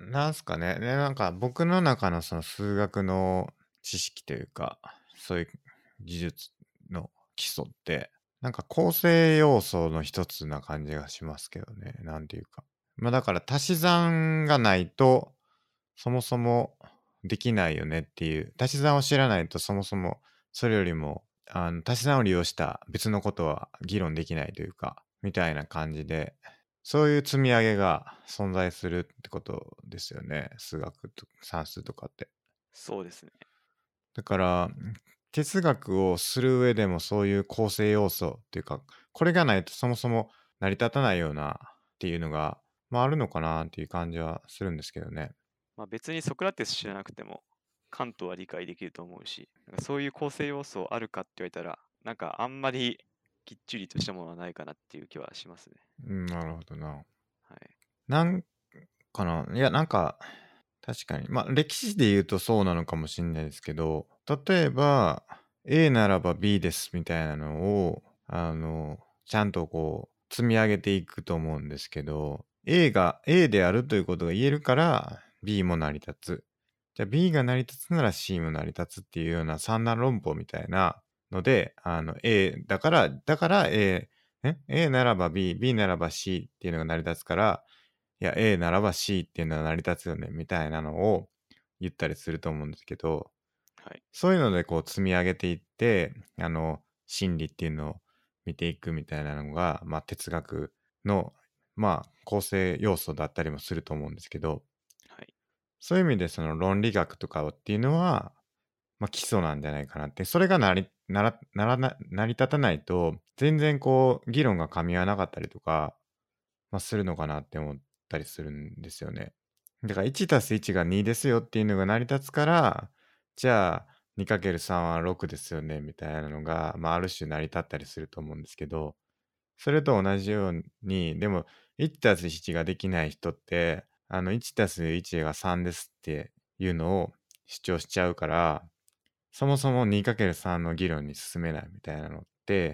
なんすかね。なんか僕の中のその数学の知識というか、そういう技術の基礎って、なんか構成要素の一つな感じがしますけどね。なんていうか。まあだから足し算がないと、そもそもできないよねっていう。足し算を知らないとそもそもそれよりも、足し算を利用した別のことは議論できないというか、みたいな感じで、そういう積み上げが存在するってことですよね。数学と算数とかって。 そうですね。 だから、哲学をする上でもそういう構成要素っていうか、これがないとそもそも成り立たないようなっていうのが、まああるのかなっていう感じはするんですけどね。 まあ、別にソクラテス知らなくても、カントは理解できると思うし、なんかそういう構成要素あるかって言われたら、なんかあんまりきっちりとしたものはないかなっていう気はしますね。 うん、なるほどな。 はい。 なんかな。いや、なんか、確かに。まあ、歴史で言うとそうなのかもしれないですけど、例えば、A ならば B ですみたいなのを、ちゃんとこう、積み上げていくと思うんですけど、A が A であるということが言えるから、B も成り立つ。じゃあ B が成り立つなら C も成り立つっていうような三段論法みたいなので、A だから A ならば B、B ならば C っていうのが成り立つから、いや、A ならば C っていうのは成り立つよね、みたいなのを言ったりすると思うんですけど、 はい。 そういうのでこう積み上げていって、真理っていうのを見ていくみたいなのが、まあ哲学の、まあ構成要素だったりもすると思うんですけど、 はい。 そういう意味でその論理学とかっていうのは、まあ基礎なんじゃないかなって、それが成り立たないと、全然こう議論が噛み合わなかったりとか、まあ、するのかなって思ったりするんですよね。だから1たす1が2ですよっていうのが成り立つから、じゃあ 2×3 は6ですよねみたいなのが、まあある種成り立ったりすると思うんですけど、それと同じように、でも1たす1ができない人って、1たす1が3ですっていうのを主張しちゃうから、そもそも 2×3 の議論に進めないみたいなのって、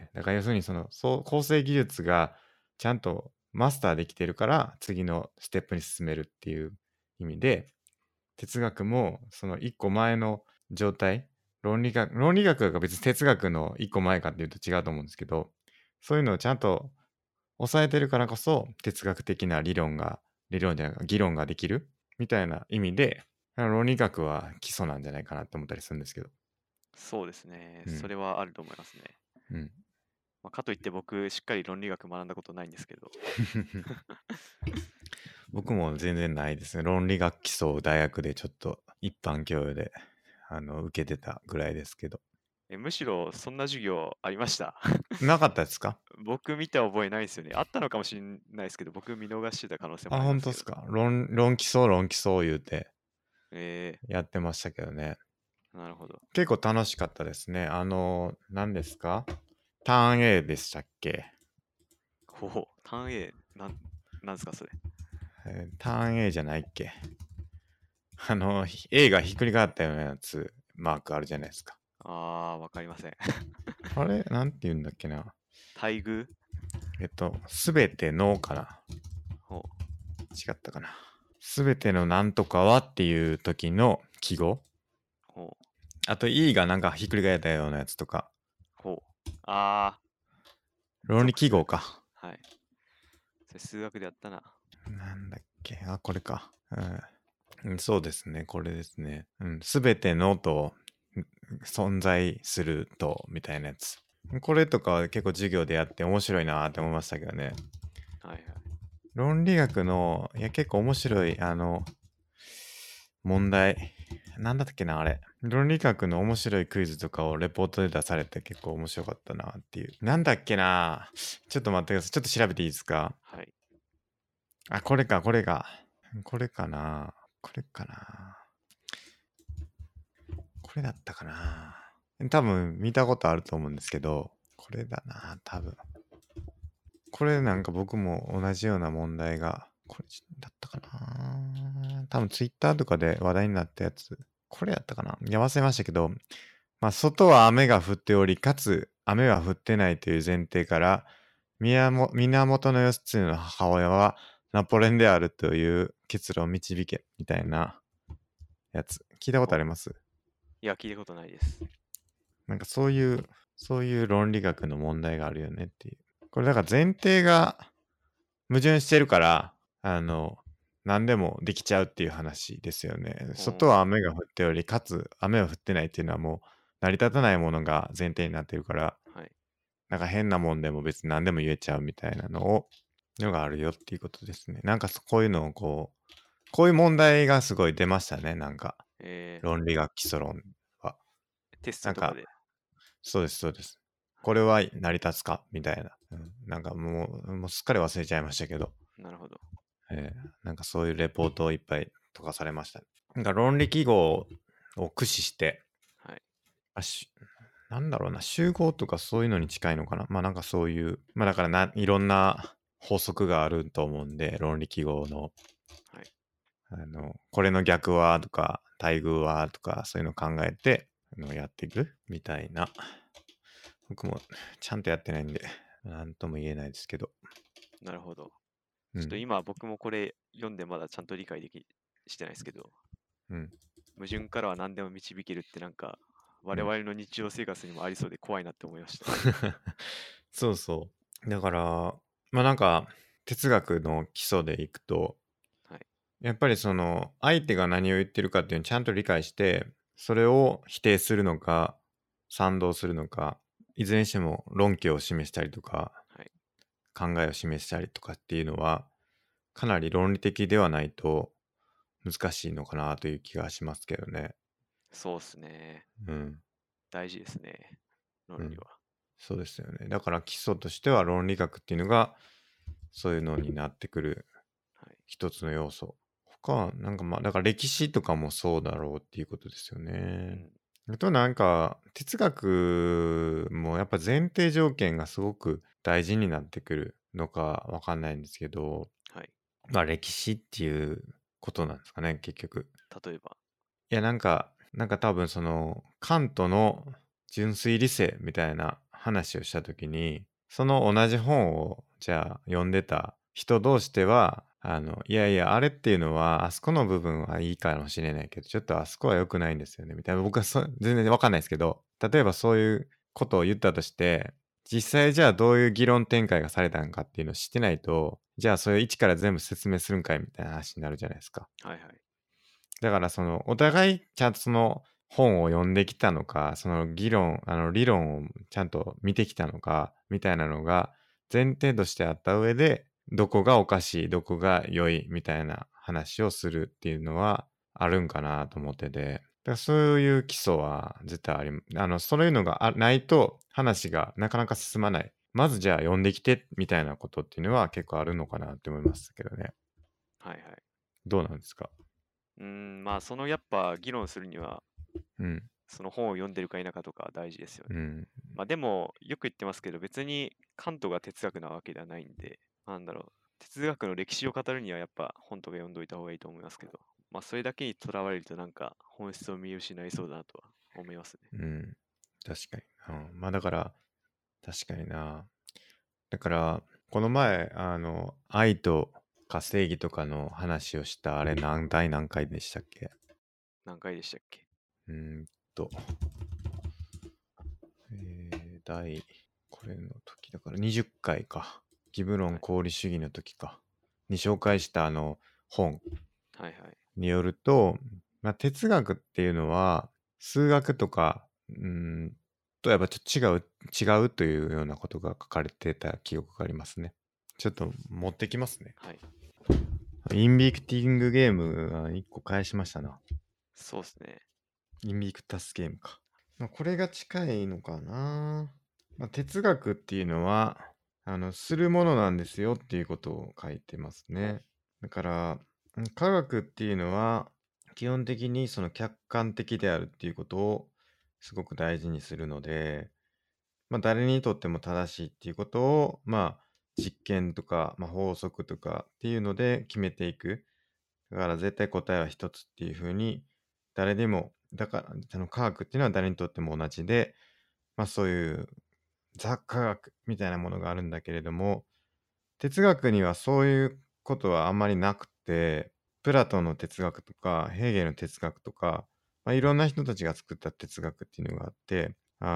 だから要するにそう構成技術がちゃんとマスターできてるから次のステップに進めるっていう意味で、哲学もその一個前の状態、論理学が別に哲学の一個前かっていうと違うと思うんですけど、そういうのをちゃんと抑えてるからこそ哲学的な理論じゃない議論ができるみたいな意味で、論理学は基礎なんじゃないかなって思ったりするんですけど。 そうですね。 うん。 それはあると思いますね。 うん。 まあ、かといって僕、しっかり論理学学んだことないんですけど。 僕も全然ないですね。論理学基礎を大学でちょっと一般教養で受けてたぐらいですけど。 むしろそんな授業ありました。 なかったですか？ 僕見た覚えないですよね。あったのかもしれないですけど、僕見逃してた可能性もあ、 ありますけど。 本当ですか？論基礎言うてえやってましたけどね。 なるほど。 結構楽しかったですね。何ですか？ターン A でしたっけ？ ほほ、単 A、なんですか、それ。 ターン A じゃないっけ？A がひっくり返ったようなやつ、マークあるじゃないですか。 わかりません。 あれなんて言うんだっけな。 待遇すべてのかな。 ほ違ったかな。すべてのなんとかはっていう時の記号。 う、ほう、 あと E がなんかひっくり返ったようなやつとか。 ほう。 論理記号か。 はい。それ数学でやったな。 なんだっけ。あ、これか。うん、そうですね。これですね。すべてのと、存在すると、みたいなやつ。これとかは結構授業でやって面白いなって思いましたけどね。 はいはい。 論理学の、いや結構面白い、問題。なんだったっけな、あれ。論理学の面白いクイズとかをレポートで出されて結構面白かったなっていう。なんだっけな。ちょっと待ってください。ちょっと調べていいですか？ はい。 あ、これか。これかな。これかな。これだったかな。多分見たことあると思うんですけど、これだな、多分。これなんか僕も同じような問題が、これだったかな。多分ツイッターとかで話題になったやつ、これやったかな。いや、忘れましたけど、まあ、外は雨が降っており、かつ雨は降ってないという前提から、源義経の母親はナポレオンであるという結論を導けみたいなやつ。聞いたことあります？ いや、聞いたことないです。 なんかそういう論理学の問題があるよねっていう。これだから前提が矛盾してるから、何でもできちゃうっていう話ですよね。外は雨が降っており、かつ雨は降ってないっていうのはもう成り立たないものが前提になってるから、 はい。 なんか変なもんでも別に何でも言えちゃうみたいなのがあるよっていうことですね。なんかこういうのをこういう問題がすごい出ましたね。なんか論理学基礎論は。 テスなんか、 トとかで。 そうです、そうです。 はい。 これは成り立つかみたいな。なんかもうすっかり忘れちゃいましたけど、 なるほど。 なんかそういうレポートをいっぱい解かされましたね。なんか論理記号を駆使して、 はい。 なんだろうな、集合とかそういうのに近いのかな。まあなんかそういう、まあだからいろんな法則があると思うんで、論理記号の、 はい。 これの逆はとか、対偶はとか、そういうのを考えて、やっていくみたいな。僕もちゃんとやってないんで、なんとも言えないですけど。 なるほど。 うん。 ちょっと今僕もこれ読んでまだちゃんと理解してないですけど、 うん。 矛盾からは何でも導けるってなんか、我うん。 々の日常生活にもありそうで怖いなって思いました。 そうそう。だから、まあなんか、哲学の基礎でいくと、 はい。 やっぱりその、相手が何を言ってるかっていうのをちゃんと理解して、それを否定するのか、賛同するのか、いずれにしても論拠を示したりとか、 はい。 考えを示したりとかっていうのは、かなり論理的ではないと難しいのかなという気がしますけどね。 そうっすね。 うん。 大事ですね。 うん。 論理は。 そうですよね。だから基礎としては論理学っていうのが、そういうのになってくるはい。 一つの要素。他は、なんかまあ、だから歴史とかもそうだろうっていうことですよね。 うん。 あとなんか、哲学もやっぱ前提条件がすごく大事になってくるのかわかんないんですけど、 はい。 まあ歴史っていうことなんですかね、結局。 例えば。 いや、なんか多分その、カントの純粋理性みたいな話をしたときに、その同じ本を、じゃあ読んでた人同士では、いやいや、あれっていうのは、あそこの部分はいいかもしれないけど、ちょっとあそこは良くないんですよね、みたいな。僕は全然わかんないですけど、例えばそういうことを言ったとして、実際じゃあどういう議論展開がされたのかっていうのを知ってないと、じゃあそれ一から全部説明するんかいみたいな話になるじゃないですか。 はいはい。 だからその、お互いちゃんとその本を読んできたのか、その理論をちゃんと見てきたのか、みたいなのが前提としてあった上で、どこがおかしい、どこが良い、みたいな話をするっていうのはあるんかなと思ってて、だからそういう基礎は絶対あり、そういうのがないと話がなかなか進まない。まずじゃあ読んできて、みたいなことっていうのは結構あるのかなって思いますけどね。 はいはい。 どうなんですか？ まあ、やっぱ議論するには、 うん。 その本を読んでるか否かとか大事ですよね。 うん。 まあでも、よく言ってますけど、別にカントが哲学なわけではないんで、なんだろう、哲学の歴史を語るにはやっぱ本とか読んどいた方がいいと思いますけど、まあそれだけにとらわれるとなんか本質を見失いそうだなとは思いますね。 うん。確かに。まあだから、確かにな。だから、この前、愛とか正義とかの話をした、あれ第何回でしたっけ？ 何回でしたっけ？ うーんと、これの時だから20回か。義務論はい。 功利主義の時か。に紹介した本はいはい。 によると、まあ、哲学っていうのは、数学とか、やっぱちょっと違うというようなことが書かれてた記憶がありますね。ちょっと持ってきますね。 はい。 インビクティングゲームが1個返しましたな。 そうですね。 インビクタスゲームか。まあ、これが近いのかな。まあ、哲学っていうのは、するものなんですよっていうことを書いてますね。だから、科学っていうのは、基本的にその客観的であるっていうことをすごく大事にするので、まあ、誰にとっても正しいっていうことを、まあ、実験とか、まあ、法則とかっていうので決めていく。だから絶対答えは一つっていうふうに、誰でも、だから、科学っていうのは誰にとっても同じで、まあそういうザ科学みたいなものがあるんだけれども、哲学にはそういうことはあんまりなくて、プラトンの哲学とか、ヘーゲルの哲学とか、いろんな人たちが作った哲学っていうのがあって、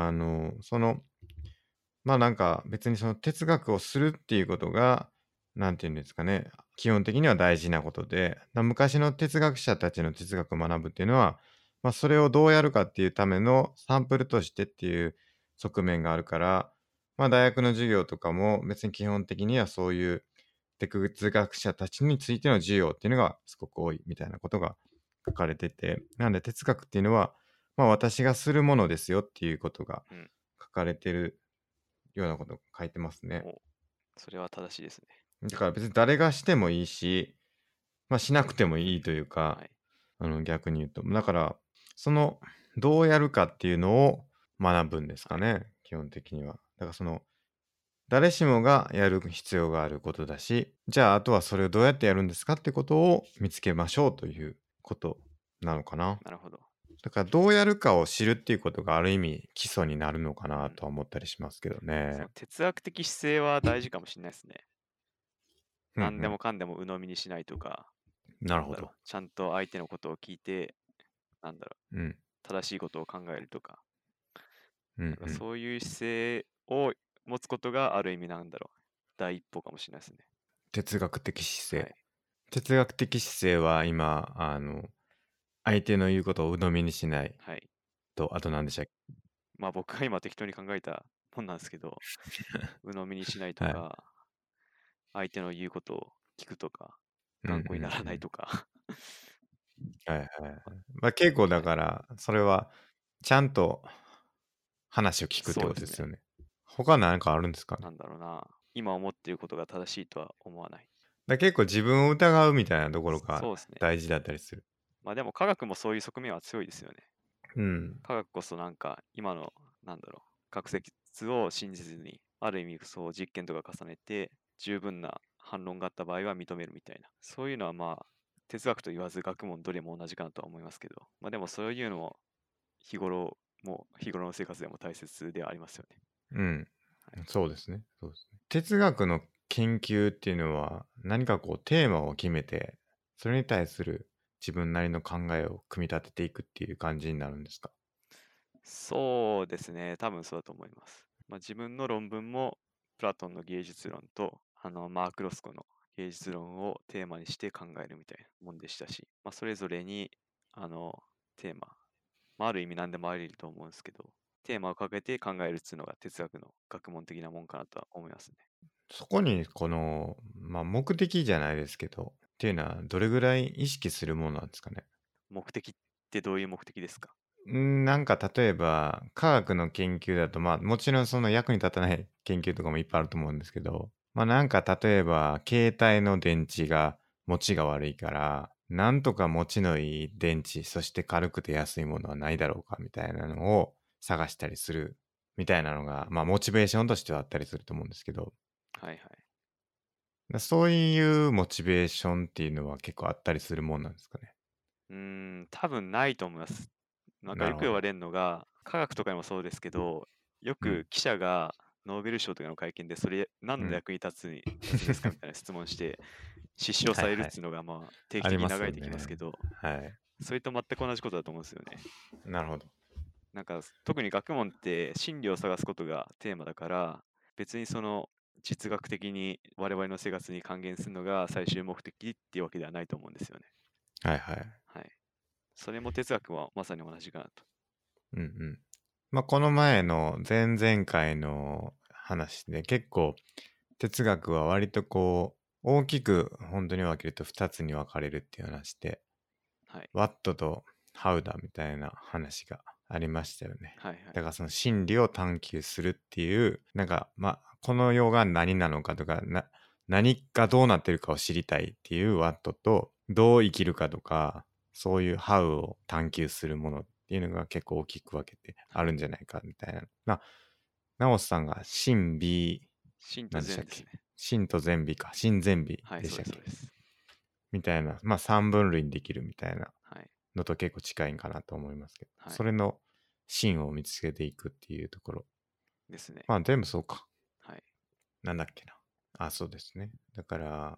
なんか別にその哲学をするっていうことが、なんていうんですかね、基本的には大事なことで、昔の哲学者たちの哲学を学ぶっていうのは、それをどうやるかっていうためのサンプルとしてっていう側面があるから、大学の授業とかも別に基本的にはそういう哲学者たちについての授業っていうのがすごく多いみたいなことが書かれてて、なんで哲学っていうのは、私がするものですよっていうことがうん。 書かれてるようなこと書いてますね。 お、それは正しいですね。 だから別に誰がしてもいいし、しなくてもいいというか、 はい。 逆に言うと。だから、どうやるかっていうのを学ぶんですかはい。 ね、基本的には。だから誰しもがやる必要があることだし、じゃああとはそれをどうやってやるんですかってことを見つけましょうということなのかな。 なるほど。 だからどうやるかを知るっていうことがある意味基礎になるのかうん。 なとは思ったりしますけどね。 その哲学的姿勢は大事かもしれないですね。何でうんもかんでも鵜呑みにしないとか、 うん。なるほど。 ちゃんと相手のことを聞いて、なんだろう、 うん。 正しいことを考えるとか、 うんうん。 そういう姿勢を持つことがある意味第一歩かもしれないですね。 哲学的姿勢。 はい。 哲学的姿勢は今、相手の言うことを鵜呑みにしないはい。 と、あと何でしたっけ？ まあ僕が今適当に考えたもんなんですけど、鵜呑みにしないとはい。 か、相手の言うことを聞くとか、 うんうん頑固にならうん。 ないとか。 はいはい。結構だはい。 から、それはちゃんと話を聞くってそうですね。 ことですよね。他何かあるんですかね？ なんだろうな。今思っていることが正しいとは思わない。 結構自分を疑うみたいなところがそうですね。 大事だったりする。 まあでも科学もそういう側面は強いですよね。 うん。 科学こそ今の学説を信じずに、ある意味そう実験とか重ねて十分な反論があった場合は認めるみたいな。そういうのはまあ哲学と言わず学問どれも同じかなとは思いますけど、まあでもそういうのも日頃の生活でも大切ではありますよね。 うん。 はい。 そうですね。そうですね。哲学の研究っていうのは、何かテーマを決めて、それに対する自分なりの考えを組み立てていくっていう感じになるんですか？ そうですね。多分そうだと思います。まあ、自分の論文もプラトンの芸術論とマーク・ロスコの芸術論をテーマにして考えるみたいなもんでしたし、まあ、それぞれにテーマ、ある意味何でもあり得ると思うんですけど、テーマをかけて考えるっていうのが哲学の学問的なもんかなとは思いますね。 そこに目的じゃないですけど、っていうのはどれぐらい意識するものなんですかね？ 目的ってどういう目的ですか？ なんか例えば、科学の研究だと、もちろんその役に立たない研究とかもいっぱいあると思うんですけど、なんか例えば、携帯の電池が持ちが悪いから、なんとか持ちのいい電池、そして軽くて安いものはないだろうかみたいなのを探したりするみたいなのが、モチベーションとしてはあったりすると思うんですけど、 はいはい。 そういうモチベーションっていうのは結構あったりするもんなんですかね。 多分ないと思います。 なるほど。 よく言われるのが、科学とかにもそうですけど、ようん。 く記者がノーベル賞とかの会見で、それ何うん。 の役に立つんですかみたいな質問して、失笑されるっはいはい。 ていうのが、まあ、定期あります的に流れてきますよね。 けど、 はい。 それと全く同じことだと思うんですよね。 なるほど。 特に学問って真理を探すことがテーマだから、別にその実学的に我々の生活に還元するのが最終目的っていうわけではないと思うんですよね。 はいはい。 はい。それも哲学はまさに同じかなと。 うんうん。この前の前々回の話で結構哲学は割と大きく本当に分けると2つに分かれるっていう話で、 はい。 What と How だみたいな話がありましたよね。 はいはい。 だからその真理を探求するっていう、この世が何なのかとか、何がどうなってるかを知りたいっていう What と、どう生きるかとか、そういう How を探求するものっていうのが結構大きく分けてあはい。 るんじゃないかみたいな。ナオスさんが真美、 真と何でしたっけ？ 善ですね。 真と善美か。真善美はい、そうです、そうでしたっけ？ です。 みたいな。三分類にできるみたいなはい。 のと結構近いんかなと思いますけど、 はい。 それの芯を見つけていくっていうところ。 ですね。 全部そうか。 はい。 なんだっけな。そうですね。だから、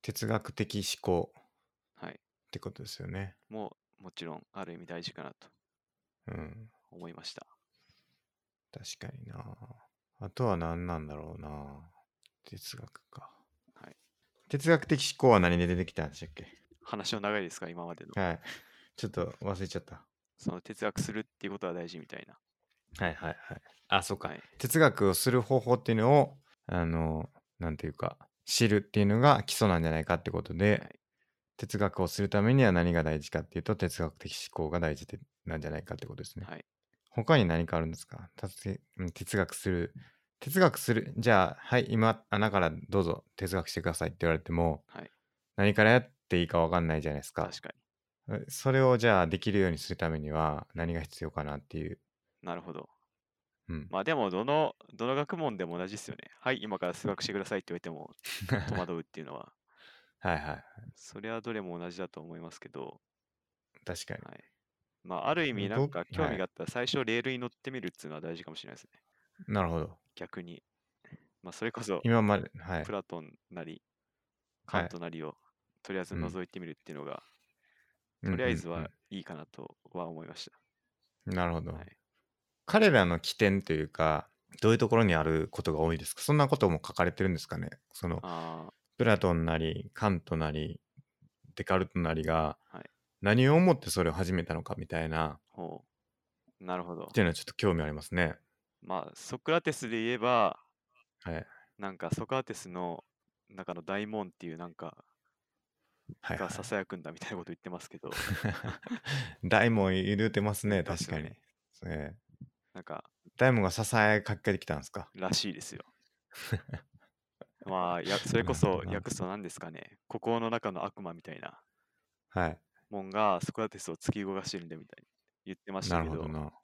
哲学的思考はい。 ってことですよね。 もちろん、ある意味大事かなとうん。 思いました。 確かにな。あとは何なんだろうな。哲学か。 はい。 哲学的思考は何で出てきたんでしたっけ？ 話の長いですか、今までの。 はい。ちょっと忘れちゃった。 その哲学するっていうことは大事みたいな。 はいはいはい。あ、そうか。 はい。 哲学をする方法っていうのを、なんていうか、知るっていうのが基礎なんじゃないかってことで、 はい。 哲学をするためには何が大事かっていうと、哲学的思考が大事なんじゃないかってことですね。 はい。 他に何かあるんですか？哲学する。哲学する。じゃあ、はい、今、穴からどうぞ哲学してくださいって言われても、 はい。 何からやっていいか分かんないじゃないですか。 確かそれをじゃあできるようにするためには何が必要かなっていう。 に。なるほど。 うん。 まあでも、どの学問でも同じですよね。はい、今から数学してくださいって言われても戸惑うっていうのは、 はいはい。 それはどれも同じだと思いますけど、 確かはい。まあ、ある意味、 に。 なんか興はい。 味があったら最初レールに乗ってみるっていうのは大事かもしれないですね。 なるほど。 逆に。まあ、それこそ、 今まで、はい。 プラトンなり、カンはい。 トなりをとりあえずうん。 覗いてみるっていうのが、 うんうとりあえずはんいいかなとは思いましうん。なるほど。 た。はい。 彼らの起点というか、どういうところにあることが多いですか？そんなことも書かれてるんですかね？ あプラトンなり、カントなり、デカルトなりがあ、はい。 何を思ってそれを始めたのかみたいな、 ほう。なるほど。 っていうのはちょっと興味ありますね。 まあ、ソクラテスで言えば、 はい。 なんかソクラテスの中の大門っていうなんかはいはい。 が囁くんだみたいなこと言ってますけど、 大門言うてます言っね、確かに。 てますよね。なんか、 大門が支えかけてきたんですか？ らしいですよ。まあ、それこなるほどな。 そ訳すと何ですかね、孤高の中の悪魔みたいなはい。 もんがソクラテスを突き動かしてるんだみたいに言ってましたなるけど、 ほどな。はい。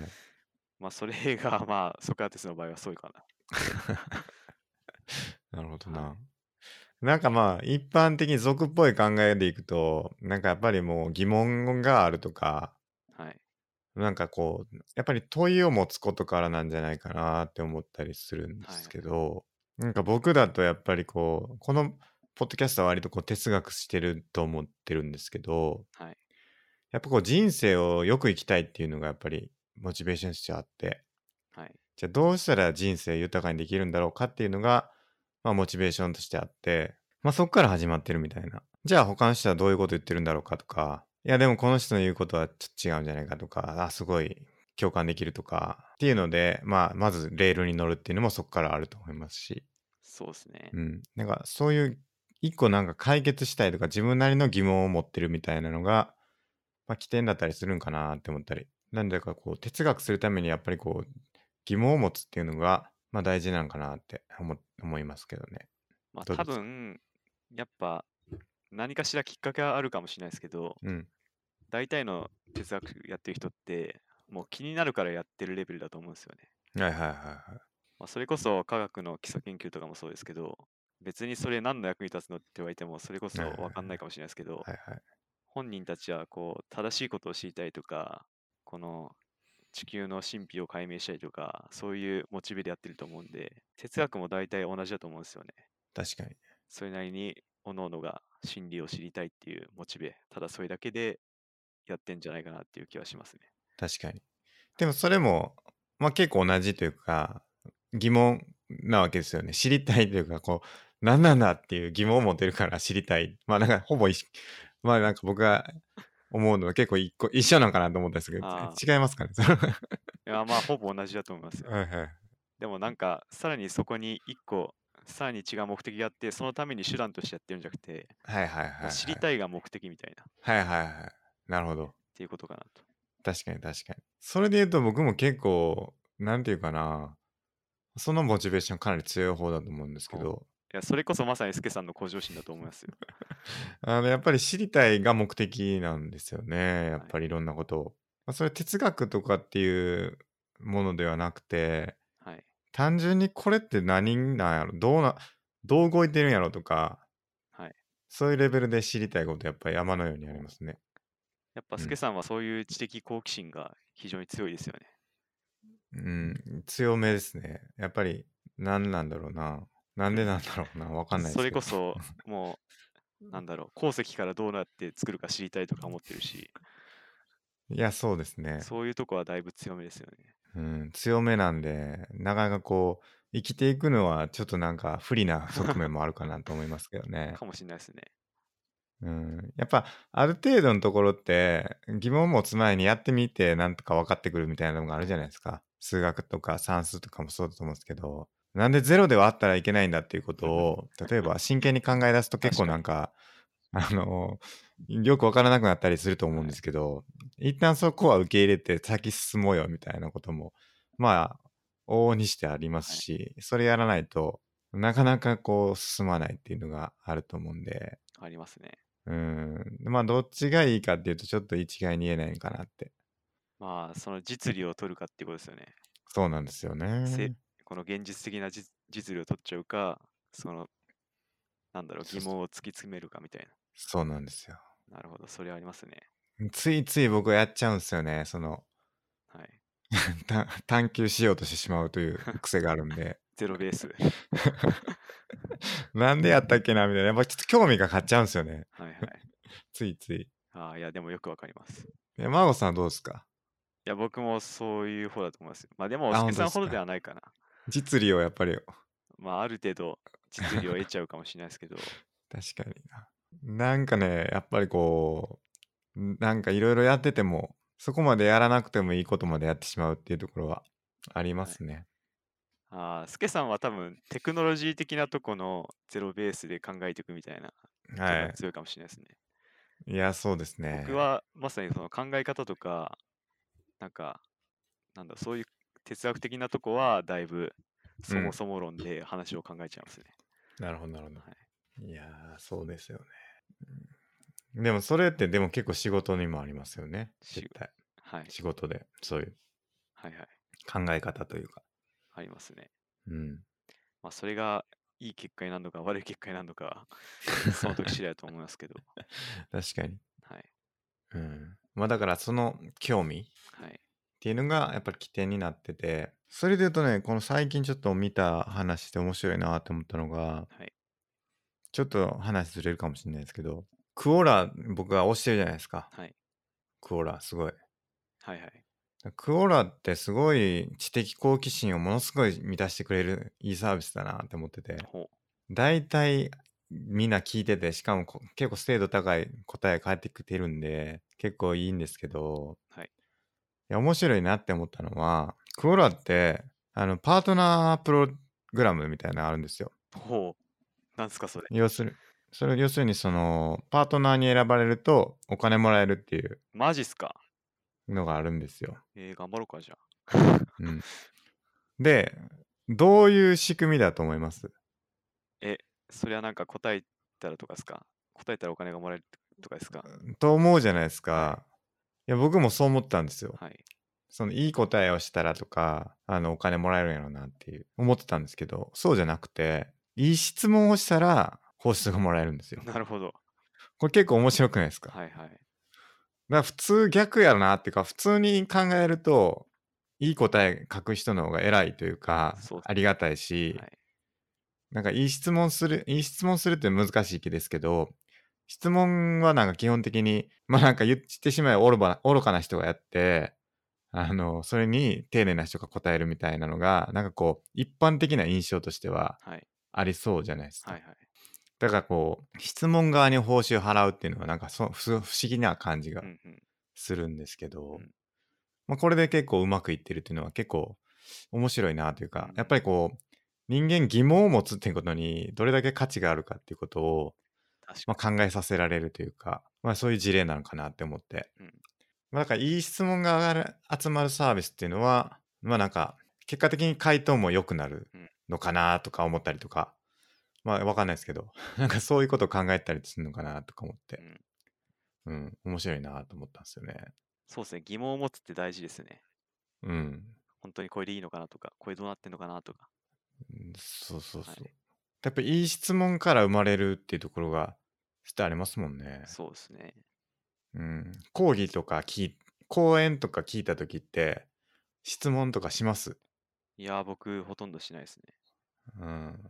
まあ、それがまあ、ソクラテスの場合はそうかな。 なるほどはい。 な。なんかまあ、一般的に俗っぽい考えでいくと、なんかやっぱりもう疑問があるとか、 はい。 なんかこう、やっぱり問いを持つことからなんじゃないかなって思ったりするんですはい。 けど、なんか僕だとやっぱりこう、このポッドキャストは割とこう哲学してると思ってるんですけど、 はい。 やっぱこう人生をよく生きたいっていうのがやっぱりモチベーションとしてあって、 はい。 じゃあどうしたら人生豊かにできるんだろうかっていうのが、まあモチベーションとしてあって、まあそっから始まってるみたいな。じゃあ他の人はどういうこと言ってるんだろうかとか、いやでもこの人の言うことはちょっと違うんじゃないかとか、あ、すごい共感できるとかっていうので、まあまずレールに乗るっていうのもそこからあると思いますし、 そうですね。 うん。なんかそういう一個なんか解決したいとか自分なりの疑問を持ってるみたいなのが、まあ起点だったりするんかなって思ったり。なんでかこう哲学するためにやっぱりこう疑問を持つっていうのが、まあ大事なんかなって思いますけどね。 まあ、多どうですか？ 分、やっぱ何かしらきっかけはあるかもしれないですけど、 うん。 大体の哲学やってる人って、もう気になるからやってるレベルだと思うんですよね。 はいはいはいはい。 まあ、それこそ科学の基礎研究とかもそうですけど、別にそれ何の役に立つのって言われても、それこそはいはい分かんないかもしれないですけど、 はいはい。 本人たちはこう正しいことを知りたいとか、この地球の神秘を解明したいとか、そういうモチベでやってると思うんで、哲学も大体同じだと思うんですよね。 確かに。 それなりに各々が真理を知りたいっていうモチベ、ただそれだけでやってんじゃないかなっていう気はしますね。 確かに。でもはい。 それも、まあ結構同じというか、疑問なわけですよね。知りたいというか、こう、何なんだっていう疑問を持てるから知りたい。まあなんかほぼまあなんか僕が思うのは結構一緒なんかなと思ったんですけど、 ああ、 違いますかね。 いや、まあ、ほぼ同じだと思いますよ。 はいはい。 でもなんか、さらにそこに一個、さらに違う目的があって、そのために手段としてやってるんじゃなくて、 はいはいもうはいはい。 知りたいが目的みたいな、っはいはいはい。なるほど。 ていうことかなと。 確かに確かに。それで言うと僕も結構、なんていうかな、そのモチベーションかなり強い方だと思うんですけほう。 ど、 いや、それこそまさにスケさんの向上心だと思いますよ。 やっぱり知りたいが目的なんですよね。やっはい。 ぱりいろんなことを。まあ、それ哲学とかっていうものではなくて、 はい。 単純にこれって何なんやろ、どう動いてるんやろとか、 はい。 そういうレベルで知りたいことやっぱり山のようにありほう。 ますね。 やっぱうん。 スケさんはそういう知的好奇心が非常に強いですよね。 うん、強めですね。やっぱり何なんだろうな。 なんでなんだろうな、わかんないでそすけど。 れこそ、もう、なんだろう、鉱石からどうなって作るか知りたいとか思ってるし、 いや、そうですね。 そういうとこはだいぶ強めですよね。 うん、強めなんで、なかなかこう、生きていくのはちょっとなんか不利な側面もあるかなと思いますけどね。 かもしれないですね。 うん、やっぱある程度のところって疑問を持つ前にやってみてなんとか分かってくるみたいなのがあるじゃないですか。数学とか算数とかもそうだと思うんですけど、なんでゼロで割ったらいけないんだっていうことを、例えば真剣に考え出すと結確かに。 構なんか、あの、よく分からなくなったりすると思うんではい。 すけど、一旦そこは受け入れて先進もうよみたいなことも、まあ、往々にしてありますはい。 し、それやらないとなかなかこう進まないっていうのがあると思うんで、 ありますね。 まあ、どっちがいいかっていうと、ちょっと一概に言えないんかなって。 まあ、その実利を取るかっていうことですよね。 そうなんですよせ、 ね。 この現実的な実利を取っちゃうか、その、なんだろう、 そ疑問を突き詰めるかみたいそうなんですよ。 な。なるほど、それありますね。 ついつい僕はやっちゃうんですよね。 はい。 探求しようとしてしまうという癖があるんで。 ゼロベース。 なんでやったっけなみたいな。やっぱちょっと興味が勝っちゃうんですよね。 はいはい。 ついつい。 ああ、いや、でもよくわかります。いマーゴさんはどうですか？ や、僕もそういう方だと思います。まあでも、おあ、 すけ本当さんほどでですか。 はないかな。 実利をやっぱり、 まあ、ある程度、実利を得ちゃうかもしれないですけど、 確かにな。なんかね、やっぱりこなんかいろいろやってても、そこまでやらなくてもいいことまでやってしまうっていうところはありまはい。 すね。 ああ、すけさんは多分、テクノロジー的なとこのゼロベースで考えていくみたいなとこはい。 ろが強いかもしれないですね。 いや、そうですね。 僕はまさにその考え方とか、なんか、なんだ、そういう哲学的なとこはだいぶうん。 そもそも論で話を考えちゃいますね。 なるほど、なるほど。 はい。 いやー、そうですよね。でもそれってでも結構仕事にもありますよね。絶対。 はい。 仕事で、そういうはいはい。 考え方というか。 ありますね。 うん。 まあ、それがいい結果になるのか悪い結果になるのか、その時次第だと思いますけど。 確かに。 はい。 うん。まあだからその興味はい。 っていうのがやっぱり起点になってて、それで言うとね、この最近ちょっと見た話で面白いなって思ったのが、 はい。 ちょっと話ずれるかもしれないですけど、クオラ僕が推してるじゃないですか。 はい。 クオラすごい。 はいはい。 クオラってすごい知的好奇心をものすごい満たしてくれるいいサービスだなって思ってて、 ほう。 大体みんな聞いてて、しかも結構精度高い答え返ってきてるんで、結構いいんですけど、 はい。 いや、面白いなって思ったのは、クオラって、パートナープログラムみたいなのあるんですよ。 ほう。なんすか、それ。 要するにパートナーに選ばれるとお金もらえるっていうマジっすか。 のがあるんですよ。 頑張ろうか、じゃあ。 うん。で、どういう仕組みだと思います？ え、それはなんか答えたらとかですか？答えたらお金がもらえるとかですか？ と思うじゃないですはい。 か。いや、僕もそう思ったんですよ。 はい。 いい答えをしたらとか、お金もらえるんやろうなっていう思ってたんですけど、そうじゃなくて、いい質問をしたら報酬がもらえるんですよ。 なるほど。 これ結構面白くないですか？だかはいはい。 ら普通逆やろなっていうか、普通に考えると、いい答え書く人の方が偉いというか、 そうっすね。 ありがたいし、 はい。 なんかいい質問するって難しい気ですけど、質問はなんか基本的に、まあなんか言ってしまえば愚かな人がやって、それに丁寧な人が答えるみたいなのが、なんかこう、一般的な印象としてははい。 ありそうじゃないですか。 はいはい。 だからこう、質問側に報酬払うっていうのはなんか不思議な感じがうんうん。 するんですけど、 うん。 まあこれで結構うまくいってるっていうのは結構面白いなというか、やっうん。 ぱりこう、人間疑問を持つっていうことにどれだけ価値があるかっていうことを、まあ、 確か考えさせられるというか、まあそういう事例なのかなって思って。 に。うん。 まあだからいい質問が集まるサービスっていうのは、まあなんか結果的に回答も良くなるうん。 のかなとか思ったりとか、まあわかんないですけど、なんかそういうことを考えたりするのかなとか思って、 うん。 うん、面白いなと思ったんですよね。 そうですね。疑問を持つって大事ですね。 うん。 本当にこれでいいのかなとか、これどうなってんのかなとか。 そうそうそう。 はい。 やっぱいい質問から生まれるっていうところが、ありますもんね。 そうですね。 うん。講義とか講演とか聞いたときって、質問とかします？ いやー、僕、ほとんどしないですね。 うん。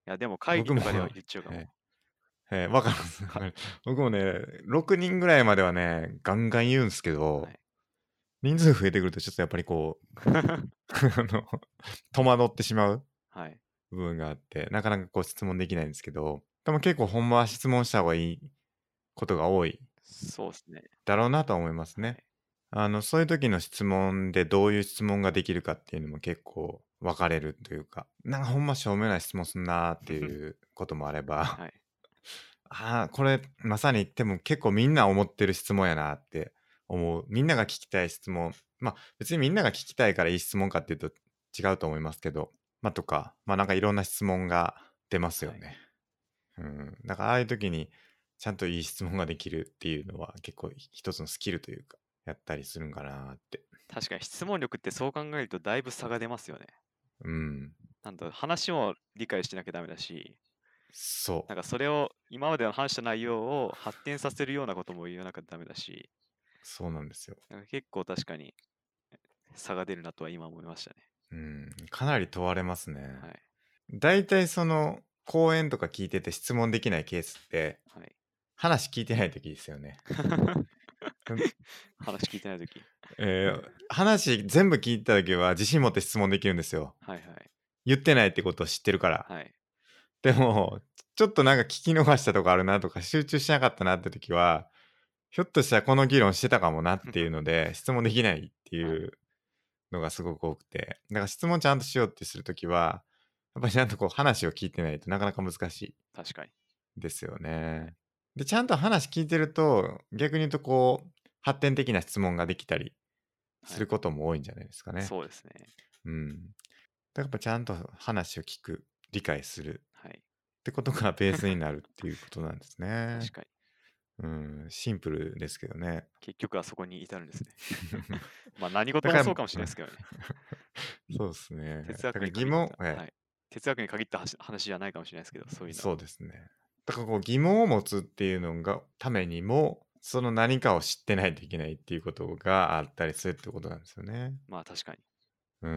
や、でも会議僕もとかでは言っちゃうかも。 わかります。わかかる。僕もね、6人ぐらいまではね、ガンガン言うんすけど、 はい。 人数増えてくるとちょっとやっぱりこう、戸惑ってしまうはい。 部分があって、なかなかこう質問できないんですけど、でも結構ほんまは質問した方がいいことが多いそうですね。 だろうなとは思いますね。 はい。 そういう時の質問でどういう質問ができるかっていうのも結構分かれるというか、なんかほんましょうもない質問すんなーっていうこともあれば、 はい。 ああ、これまさにでも結構みんな思ってる質問やなって思う。みんなが聞きたい質問。まあ別にみんなが聞きたいからいい質問かっていうと違うと思いますけど、まあとか、まあなんかいろんな質問が出ますよはい。 ね。うん。だからああいう時にちゃんといい質問ができるっていうのは結構一つのスキルというか、やったりするんかなって。 確かに質問力ってそう考えるとだいぶ差が出ますよね。 うん。 なんだ、話も理解してなきゃダメだし、 そう。 なんかそれを今までの話した内容を発展させるようなことも言わなきゃダメだし、 そうなんですよ。 なんか結構確かに差が出るなとは今思いましたね。 うん。かなり問われますね。 はい。 大体その講演とか聞いてて質問できないケースってはい。 話聞いてない時ですよね。うん話聞いてないとき。 話全部聞いた時は自信持って質問できるんですよ。 はいはい。 言ってないってことを知ってるから。 はい。 でも、ちょっとなんか聞き逃したとこあるなとか集中しなかったなって時は、ひょっとしたらこの議論してたかもなっていうので質問できないってはい。 いうのがすごく多くて。だから質問ちゃんとしようってするときは、やっぱりちゃんとこう話を聞いてないとなかなか難しい確かに。 ですよはい。 ね。で、ちゃんと話聞いてると、逆に言うとこう、発展的な質問ができたりするはい。 ことも多いんじゃないですかね。 そうですね。 うん。だからやっぱちゃんと話を聞く、理解するはい。 ってことがベースになるっていうことなんですね。 確かに。 うん、シンプルですけどね。 結局はそこに至るんですね。まあ何事だから、 もそうかもしれないですけどね。 そうですね。 哲だから学に限った、 疑問、 はい。哲学に限った話じゃないかもしれないですけど、そういうのは。 そうですね。だからこう疑問を持つっていうのがためにも、その何かを知ってないといけないっていうことがあったりするってことなんですよね。 まあ確かに。 うん。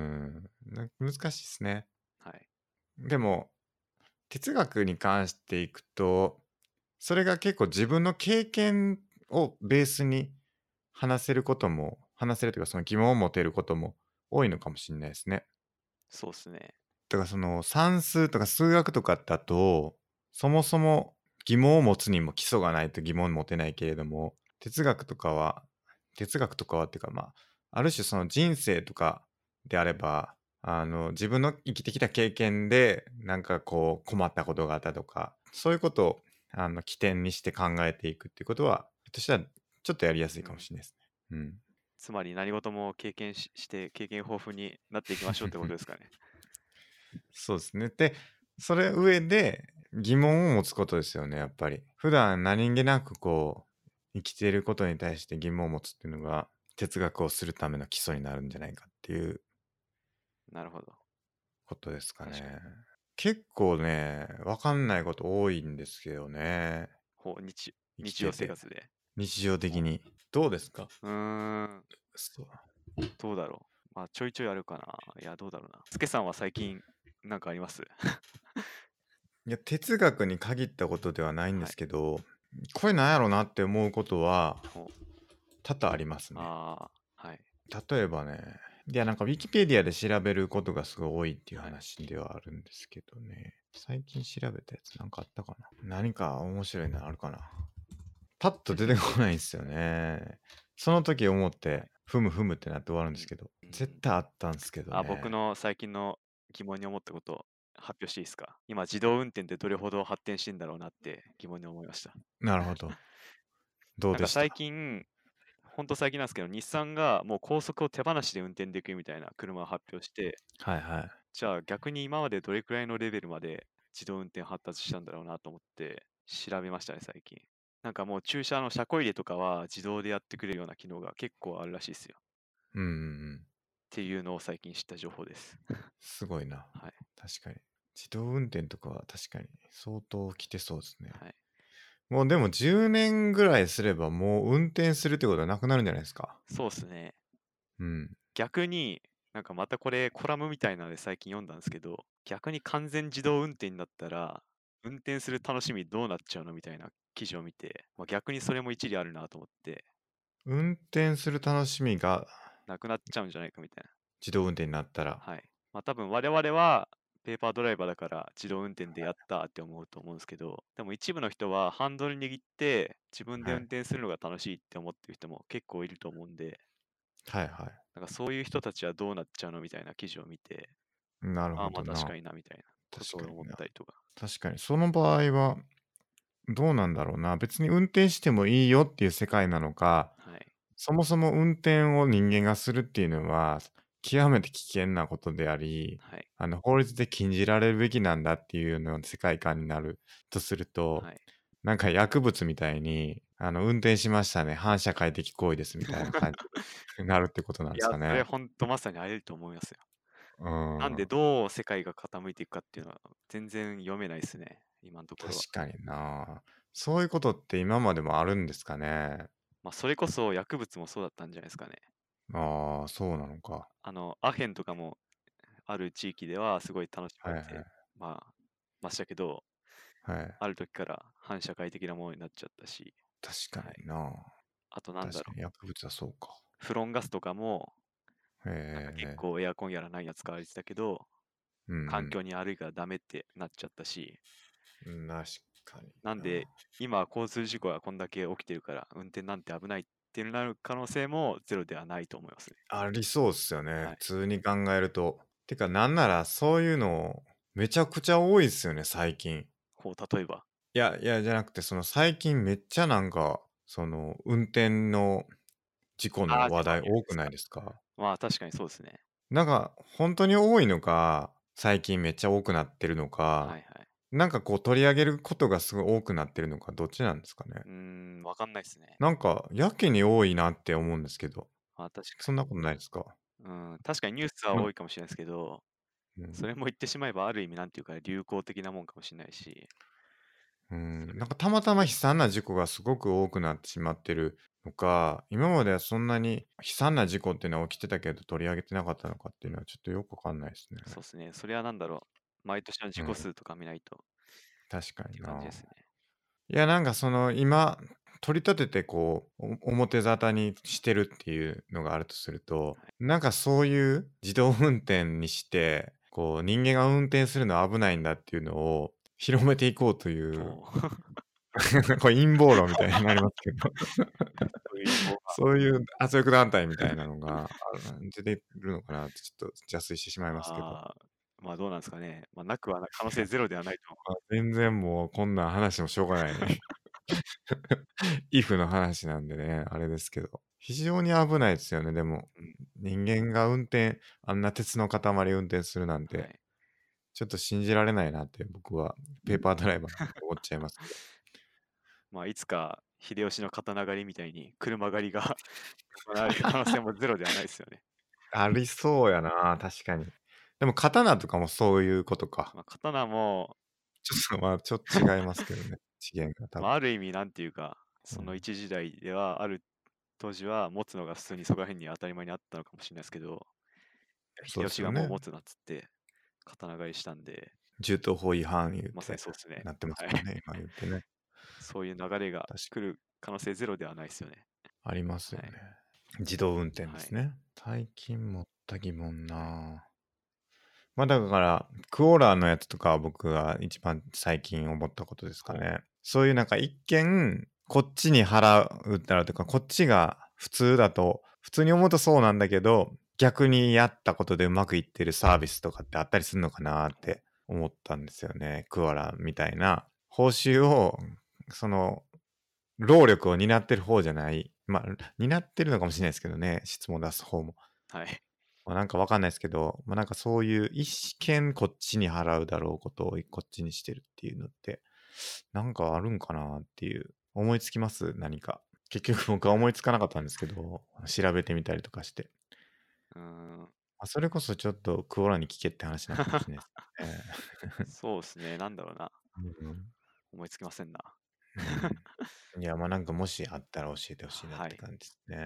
難しいですね。 はい。 でも、哲学に関していくと、それが結構自分の経験をベースに話せるというかその疑問を持てることも多いのかもしれないですね。 そうですね。 だからその算数とか数学とかだと、そもそも疑問を持つにも基礎がないと疑問を持てないけれども、哲学とかはっていうかまあ、ある種その人生とかであれば、自分の生きてきた経験でなんかこう困ったことがあったとか、そういうことを起点にして考えていくっていうことは、ひょっとしたらちょっとやりやすいかもうん。 しれないですね。うん。 つまり何事も経験して、経験豊富になっていきましょうってことですかね。 そうですね。で、それ上で疑問を持つことですよね、やっぱり。普段何気なくこう、生きていることに対して疑問を持つっていうのが、哲学をするための基礎になるんじゃないかっていうなるほど。 ことですかね。 確かに。 結構ね、わかんないこと多いんですけどね。日日常生てて。 活で。 日常的に。どうですか？ うーん、 そう。 どうだろう。まあちょいちょいあるかな。いや、どうだろうな。スケさんは最近なんかあります？ いや、哲学に限ったことではないんではい。 すけど、これなんやろなって思うことはほう。 多々ありますね。 ああ、はい。 例えばね、いや、なんかウィキペディアで調べることがすごい多いっていうはい。 話ではあるんですけどね。最近調べたやつなんかあったかな。何か面白いのあるかな。パッと出てこないんですよね。その時思って、 はい。 ふむふむってなって終わるんうん。 ですけど、 うん。 絶対あったんですけど僕ね。 の最近の疑問に思ったことを発表していいですか？今、自動運転ってどれほど発展してんだろうなって疑問に思いました。 なるほど。どうなんか最でした？ 近、ほんと最近なんですけど、日産がもう高速を手放しで運転できるみたいな車を発表して、 はいはい。 じゃあ逆に今までどれくらいのレベルまで自動運転発達したんだろうなと思って調べましたね、最近。なんかもう駐車の車庫入れとかは自動でやってくれるような機能が結構あるらしいですよ。っうんうんうん。 ていうのを最近知った情報です。 すごいな。 はい。 確かに。自動運転とかは確かに相当来てそうですね。 はい。 もうでも10年ぐらいすればもう運転するってことはなくなるんじゃないですか。 そうですね。 うん。 逆になんかまたこれコラムみたいなので最近読んだんですけど、逆に完全自動運転になったら、運転する楽しみどうなっちゃうのみたいな記事を見て、逆にそれも一理あるなと思って、 運転する楽しみがなくなっちゃうんじゃないかみたいな。 自動運転になったら。 はい。多分我々はペーパードライバーだから自動運転でやったって思うと思うんですけど、でも一部の人はハンドル握って自分ではい。 運転するのが楽しいって思ってる人も結構いると思うんで、 はいはなんかそういう人たちはどうなっちゃうのみたいな記事を見て、 い。なるああ、まあほどな。 確かになみたいなことを思っ確かにな。 たりとか。 確かに。その場合は、どうなんだろうな。別に運転してもいいよっていう世界なのか、 はい。 そもそも運転を人間がするっていうのは、極めて危険なことであり、 はい。 法律で禁じられるべきなんだっていうような世界観になるとすると、 はい。 なんか薬物みたいに、運転しましたね、反社会的行為ですみたいな感じになるってことなんいや、 ですかね。 それほんとまさにあり得ると思いますよ。 うーなんでん、 どう世界が傾いていくかっていうのは全然読めないですね、今のところは。 確かにな。そういうことって今までもあるんですかね。 それこそ薬物もそうだったんじゃないですかね。 ああ、そうなのか。 アヘンとかもある地域ではすごい楽しまはいはい。 れて、ましたけど、 はい。 ある時から反社会的なものになっちゃったし、 確かはい。 にな。 あとなんだろ確かに薬物はそうか。 う、フロンガスとかも、 へなんか結え。 構エアコンやらないや使われてたけど、環うん境に悪いからダメってなっちゃったし、 うん。確かにな。 なんで今交通事故がこんだけ起きてるから、運転なんて危ないってなる可能性もゼロではないと思いますね。 ありそうっすよね。 はい。 普通に考えると。てか、なんならそういうのめちゃくちゃ多いっすよね、最近。 例えば。 いやいや、じゃなくて、最近めっちゃ運転の事故ああ、 の話事故あ題多くなるじゃないですか。 いですか？ 確かにそうですね。 なんか、本当に多いのか、最近めっちゃ多くなってるのか、 はいはい。 なんかこう取り上げることがすごい多くなってるのか、どっちなんですかね？ わかんないですね。 なんか、やけに多いなって思うんですけど、 確かそんなことないですか？ に。確かにニュースはなん多いかもしれないですけど、 うん。 それも言ってしまえばある意味なんていうか流行的なもんかもしれないし、それなんかたまたま悲惨な事故がすごく多くなってしまってるのか、今まではそんなに悲惨な事故っていうのは起きてたけど取り上げてなかったのかっていうのはちょっとよくわかんないですね。 そうですね。それはなんだろう。毎年のうん、 事故数とか見ないとっ確かにて感じでな。 すね。 いや、なんか今、取り立てて表沙汰にしてるっていうのがあるとすると、 はい。 なんかそういう自動運転にして、人間が運転するのは危ないんだっていうのを広めていこうという、 もうこれ陰謀論みたいになりますけど。 そういう陰謀が。 そういう圧力団体みたいなのが、出てるのかなってちょっと邪推してしまいますけど。 どうなんですかね。なくはない、可能性ゼロではないと思全然もうこんなん話もしょうがない。イフの話なんでね、あれですけど。非常に危ないですよね、でも。 う。 人間があんな鉄の塊運転するなんて、 はい。 ちょっと信じられないなって僕はペーパードライバーなんで思っちゃいますけど。 いつか秀吉の刀狩りみたいに車狩りが行われる可能性もゼロではないですよね。 ありそうやな、確かに。でも刀とかもそういうことか。 刀も、 ちょっと違いますけどね、次元が多分。 ある意味なんていうか、そのうん、 一時代では当時は持つのが普通にそこら辺に当たり前にあったのかもしれないですけど、 そう秀吉がもうですよね。 持つなっつって刀狩りしたんで、 銃刀法違反言うまさにてそうですね。 なってますはい。 もんね、今言ってね。 そういう流れが確か来る可能性ゼロではないですよね。 ありますよね。 はい。 自動運転ではい。 すね。最近持った疑問なぁ。だから、クオーラーのやつとかは僕が一番最近思ったことですかほう。 ね。そういうなんか一見、こっちに払うったらとか、こっちが普通だと、普通に思うとそうなんだけど、逆にやったことでうまくいってるサービスとかってあったりするのかなって思ったんですよね。クオーラーみたいな。報酬を、その、労力を担ってる方じゃない。担ってるのかもしれないですけどね。質問出す方も。 はい。 なんかわかんないですけど、なんかそういう一見こっちに払うだろうことをこっちにしてるっていうのって、なんかあるんかなっていう。思いつきます何か。結局僕は思いつかなかったんですけど、調べてみたりとかして。 うーん。 それこそちょっとクオラに聞けって話なのかもしれないですね。 そうですね。なんだろうな。 うん思いつきませんな。 うん。いや、なんかもしあったら教えてほしいなっはい。 て感じですね。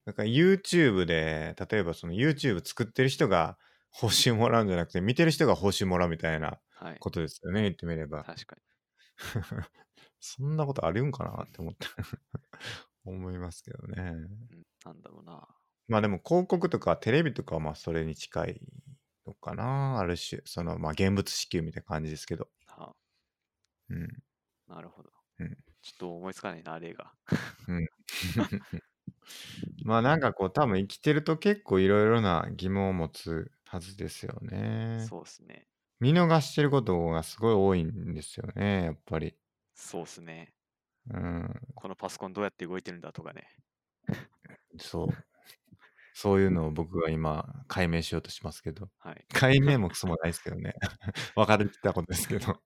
だから YouTube で、例えばその YouTube 作ってる人が報酬もらうんじゃなくて、見てる人が報酬もらうみたいなはい。 ことですよね、言ってみれば。 確かに。 そんなことあるんかなって思って思いますけどね。 うん、なんだろうな。 まあでも広告とかテレビとかはまあそれに近いのかな。ある種、そのまあ現物支給みたいな感じですけど。 はうん。 あ、なるほど。 うん。 ちょっと思いつかないな、例が。 うん。まあなんかこう多分生きてると結構いろいろな疑問を持つはずですよね。 そうっすね。 見逃してることがすごい多いんですよね、やっぱり。 そうっすね。 うん。 このパソコンどうやって動いてるんだとかね。 そう。そういうのを僕は今解明しようとしますけど。 はい。 解明もクソもないですけどね。分かりきったことですけど。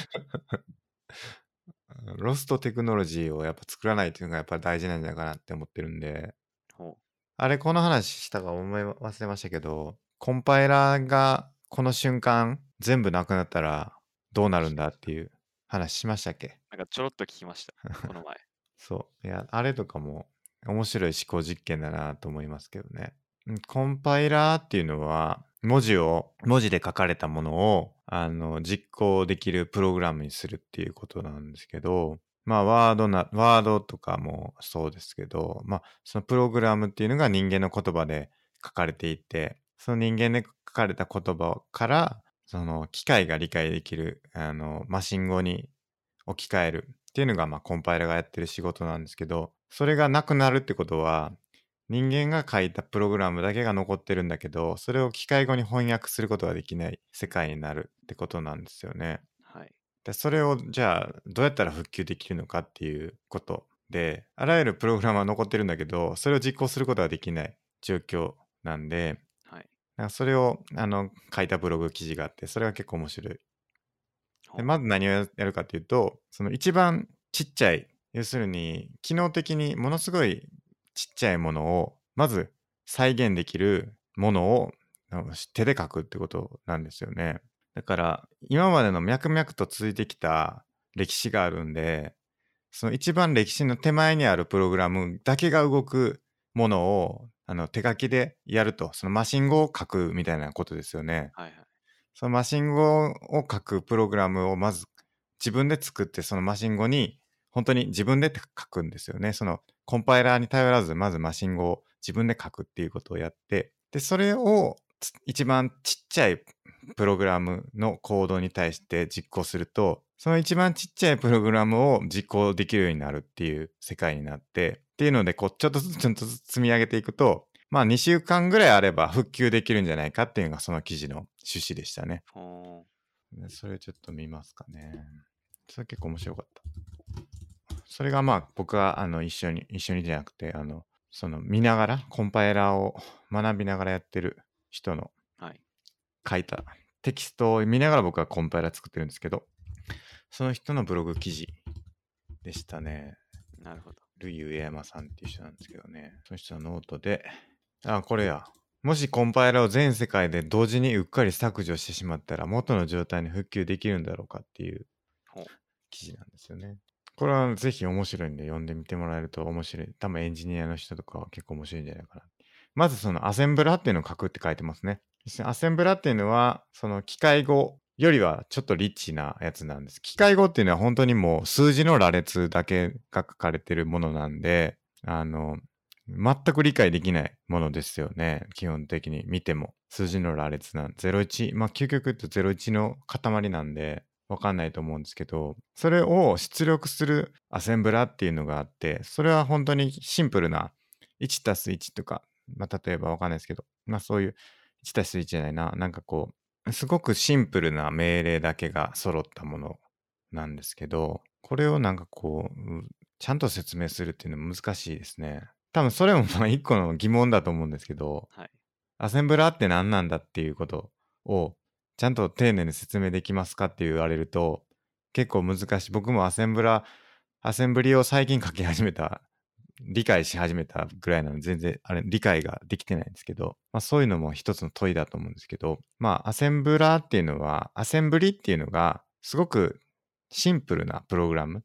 ロストテクノロジーをやっぱ作らないっていうのがやっぱり大事なんじゃないかなって思ってるんで。 ほあれ、この話したか思い忘れましたけど、コンパイラーがこの瞬間全部なくなったらどうなるんだっていう話しましたっけ？ なんかちょろっと聞きました。この前。 そう。いや、あれとかも面白い思考実験だなと思いますけどね。コンパイラーっていうのは、文字で書かれたものを、実行できるプログラムにするっていうことなんですけど、まあ、ワードとかもそうですけど、まあ、そのプログラムっていうのが人間の言葉で書かれていて、その人間で書かれた言葉から、その機械が理解できる、マシン語に置き換えるっていうのが、まあ、コンパイラーがやってる仕事なんですけど、それがなくなるってことは、人間が書いたプログラムだけが残ってるんだけど、それを機械語に翻訳することができない世界になるってことなんですよね。 はい。 で、それをじゃあどうやったら復旧できるのかっていうことで、あらゆるプログラムは残ってるんだけど、それを実行することができない状況なんで、 はい。 なんかそれを書いたブログ記事があって、それが結構面白い。で、 ほう。 まず何をやるかっていうと、その一番ちっちゃい、要するに機能的にものすごいちっちゃいものを、まず再現できるものを手で書くってことなんですよね。だから、今までの脈々と続いてきた歴史があるんで、その一番歴史の手前にあるプログラムだけが動くものを手書きでやると、そのマシン語を書くみたいなことですよね。 はいはい。 そのマシン語を書くプログラムをまず自分で作って、そのマシン語に本当に自分で書くんですよね。そのコンパイラーに頼らず、まずマシン語を自分で書くっていうことをやって、で、それを一番ちっちゃいプログラムのコードに対して実行すると、その一番ちっちゃいプログラムを実行できるようになるっていう世界になって、っていうので、こう、ちょっとずつちょっとずつ積み上げていくと、まあ2週間ぐらいあれば復旧できるんじゃないかっていうのがその記事の趣旨でしたね。 ほそれちょっと見ますかね。それ結構面白かった。それがまあ僕は一緒にじゃなくて、その見ながら、コンパイラーを学びながらやってる人のう。はい。 書いたテキストを見ながら僕はコンパイラー作ってるんですけど、その人のブログ記事でしたね。 なるほど。 ルイ・ウエヤマさんっていう人なんですけどね。その人のノートで、これや。もしコンパイラーを全世界で同時にうっかり削除してしまったら元の状態に復旧できるんだろうかっていうほう。 記事なんですよね。これはぜひ面白いんで読んでみてもらえると面白い。多分エンジニアの人とかは結構面白いんじゃないかな。まずそのアセンブラっていうのを書くって書いてますね。アセンブラっていうのはその機械語よりはちょっとリッチなやつなんです。機械語っていうのは本当にもう数字の羅列だけが書かれてるものなんで、全く理解できないものですよね。基本的に見ても。数字の羅列なん01。まあ究極言うと01の塊なんで、わかんないと思うんですけど、それを出力するアセンブラっていうのがあって、それは本当にシンプルな1たす1とか、まあ例えばわかんないですけど、まあそういう1たす1じゃないな、なんかこう、すごくシンプルな命令だけが揃ったものなんですけど、これをなんかこう、ちゃんと説明するっていうのは難しいですね。多分それもまあ一個の疑問だと思うんですけど、 はい。 アセンブラーって何なんだっていうことをちゃんと丁寧に説明できますかって言われると結構難しい。僕もアセンブリを最近書き始めた、理解し始めたぐらいなので全然理解ができてないんですけど、まあそういうのも一つの問いだと思うんですけど、まあアセンブラーっていうのは、アセンブリっていうのがすごくシンプルなプログラム。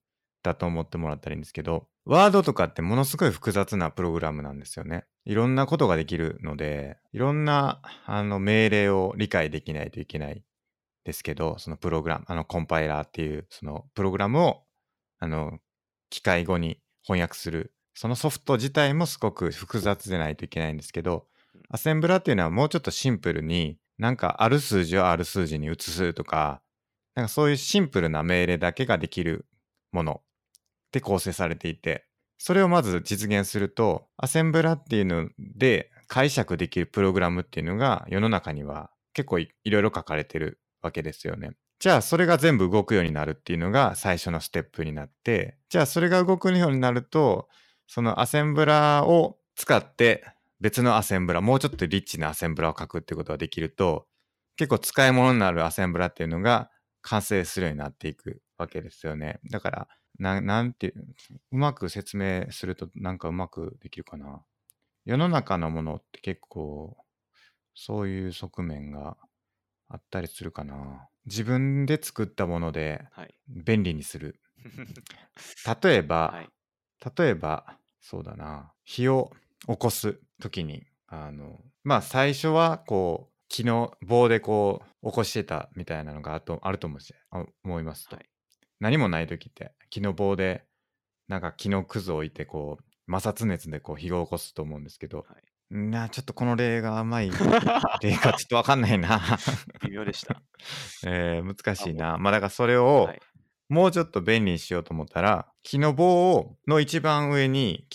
だと思ってもらったらいいんですけど、ワードとかってものすごい複雑なプログラムなんですよね。いろんなことができるので、いろんな命令を理解できないといけないですけど、そのプログラム、コンパイラーっていうそのプログラムを機械語に翻訳する、そのソフト自体もすごく複雑でないといけないんですけど、アセンブラっていうのはもうちょっとシンプルに、なんかある数字をある数字に移すとか、なんかそういうシンプルな命令だけができるもので構成されていて、それをまず実現すると、アセンブラっていうので解釈できるプログラムっていうのが世の中には結構いろいろ書かれてるわけですよね。じゃあそれが全部動くようになるっていうのが最初のステップになって、じゃあそれが動くようになると、そのアセンブラを使って別のアセンブラ、もうちょっとリッチなアセンブラを書くってことができると、結構使い物になるアセンブラっていうのが完成するようになっていくわけですよね。だからなんていう、うまく説明するとなんかうまくできるかな。世の中のものって結構そういう側面があったりするかな。自分で作ったものではい。 便利にする。例えば、 はい。 そうだな。火を起こすときに、まあ最初はこう、木の棒でこう、起こしてたみたいなのがあると思いますと。 はい。 何もないときって木の棒でなんか木のくずを置いてこう摩擦熱でこう火を起こすと思うんですけど、 はい。 ちょっとこの例が甘い例かちょっとわかんないな。 微妙でした。 難しいもう、 な。まあだからそれをはい。 もうちょっと便利にしようと思ったら、木の棒の一番上に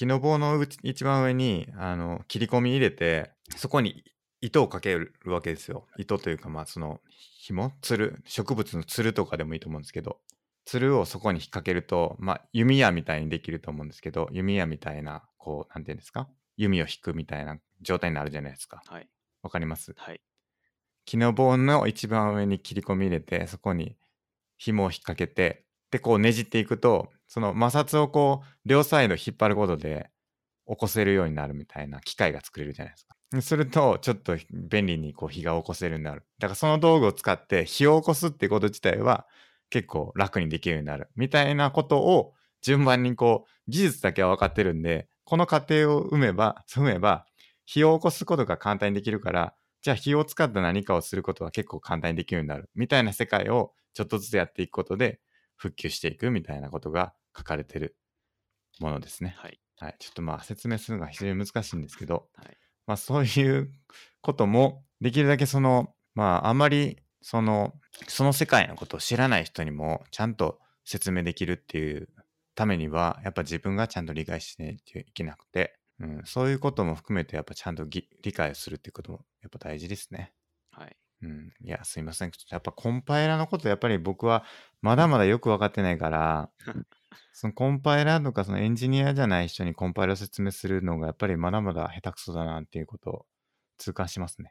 切り込み入れて、そこに糸をかけるわけですよ。糸というかまあその植物のつるとかでもいいと思うんですけど、つるをそこに引っ掛けると、まあ弓矢みたいにできると思うんですけど、弓矢みたいな、こう、なんていうんですか、弓を引くみたいな状態になるじゃないですか。 はい。 わかります？ はい。 木の棒の一番上に切り込み入れて、そこに紐を引っ掛けて、で、こうねじっていくと、その摩擦をこう、両サイド引っ張ることで起こせるようになるみたいな機械が作れるじゃないですか。すると、ちょっと便利にこう火が起こせるようになる。だからその道具を使って火を起こすってこと自体は結構楽にできるようになる。みたいなことを順番にこう、技術だけは分かってるんで、この過程を踏めば、火を起こすことが簡単にできるから、じゃあ火を使った何かをすることは結構簡単にできるようになる。みたいな世界をちょっとずつやっていくことで復旧していくみたいなことが書かれてるものですね。 はい。 はい。ちょっとまあ説明するのが非常に難しいんですけど、 はい。 まあそういうこともできるだけあんまりその世界のことを知らない人にもちゃんと説明できるっていうためには、やっぱ自分がちゃんと理解しないといけなくて、そういうことも含めてやっぱちゃんと理解するっていうこともやっぱ大事ですね。 はい。 いや、すいません。やっぱコンパイラーのことやっぱり僕はまだまだよく分かってないから、そのコンパイラーとかそのエンジニアじゃない人にコンパイラーを説明するのがやっぱりまだまだ下手くそだなっていうことを痛感しますね。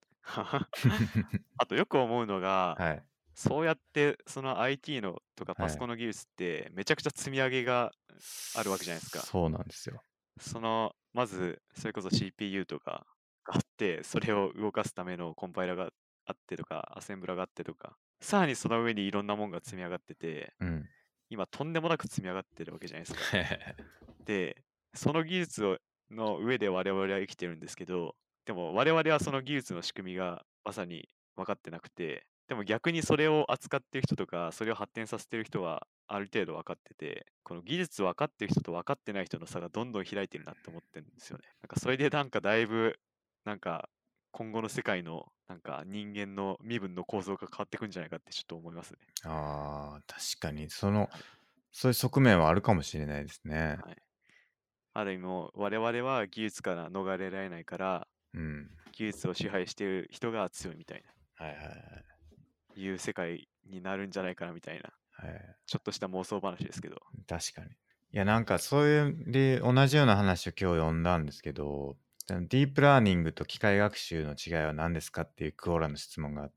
あとよく思うのが、 はい。 そうやってその IT のとかパはい。 ソコンの技術ってめちゃくちゃ積み上げがあるわけじゃないですか。 そうなんですよ。 まず、それこそ CPU とかがあって、それを動かすためのコンパイラがあってとか、アセンブラがあってとか、さらにその上にいろんなもんが積み上がってて、 うん。 今とんでもなく積み上がってるわけじゃないですか。で、その技術の上で我々は生きてるんですけど、でも我々はその技術の仕組みがまさに分かってなくて、でも逆にそれを扱ってる人とか、それを発展させてる人はある程度分かってて、この技術分かってる人と分かってない人の差がどんどん開いてるなって思ってるんですよね。なんかそれでなんかだいぶ、なんか今後の世界のなんか人間の身分の構造が変わってくんじゃないかってちょっと思いますね。 ああ、確かにはい。 そういう側面はあるかもしれないですね。 はい。ある意味もう我々は技術から逃れられないから、 うん。 技術を支配している人が強いみたいはいはいはい。 な、いう世界になるんじゃないかなみたいな、 はい、 ちょっとした妄想話ですけど。 確かに。いや、なんかそういうで同じような話を今日読んだんですけど、ディープラーニングと機械学習の違いは何ですかっていうクオラの質問があって、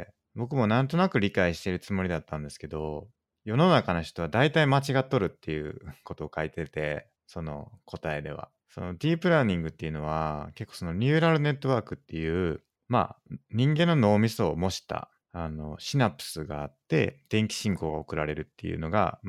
僕もなんとなく理解してるつもりだったんですけど、世の中の人は大体間違っとるっていうことを書いてて、その答えでは。そのディープラーニングっていうのは結構そのニューラルネットワークっていう、まあ人間の脳みそを模したシナプスがあって電気信号が送られるっていうのが、まあ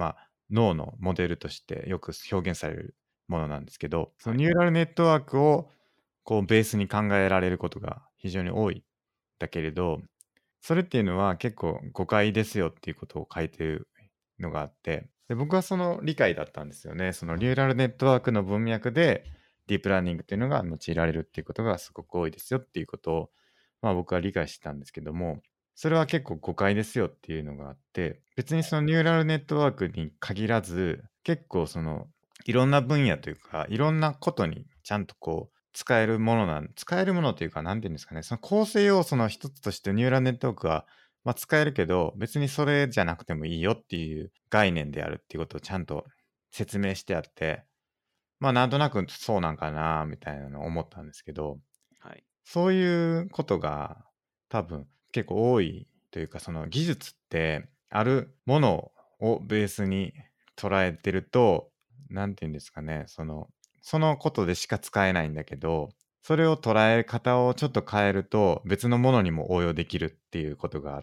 脳のモデルとしてよく表現されるものなんですけど、そのはい。 ニューラルネットワークをこうベースに考えられることが非常に多いんだけれど、それっていうのは結構誤解ですよっていうことを書いてるのがあって、で僕はその理解だったんですよね。そのニューラルネットワークの文脈でディープラーニングっていうのが用いられるっていうことがすごく多いですよっていうことを、僕は理解してたんですけども、それは結構誤解ですよっていうのがあって、別にそのニューラルネットワークに限らず、結構そのいろんな分野というか、いろんなことにちゃんとこう使えるもの使えるものというか、なんていうんですかね、その構成要素の一つとしてニューラルネットワークは、使えるけど、別にそれじゃなくてもいいよっていう概念であるっていうことをちゃんと説明してあって、なんとなくそうなんかなみたいなのを思ったんですけど、 はい。 そういうことが多分結構多いというか、その技術ってあるものをベースに捉えてると、なんていうんですかね、そのことでしか使えないんだけど、それを捉え方をちょっと変えると別のものにも応用できるっていうことがあって、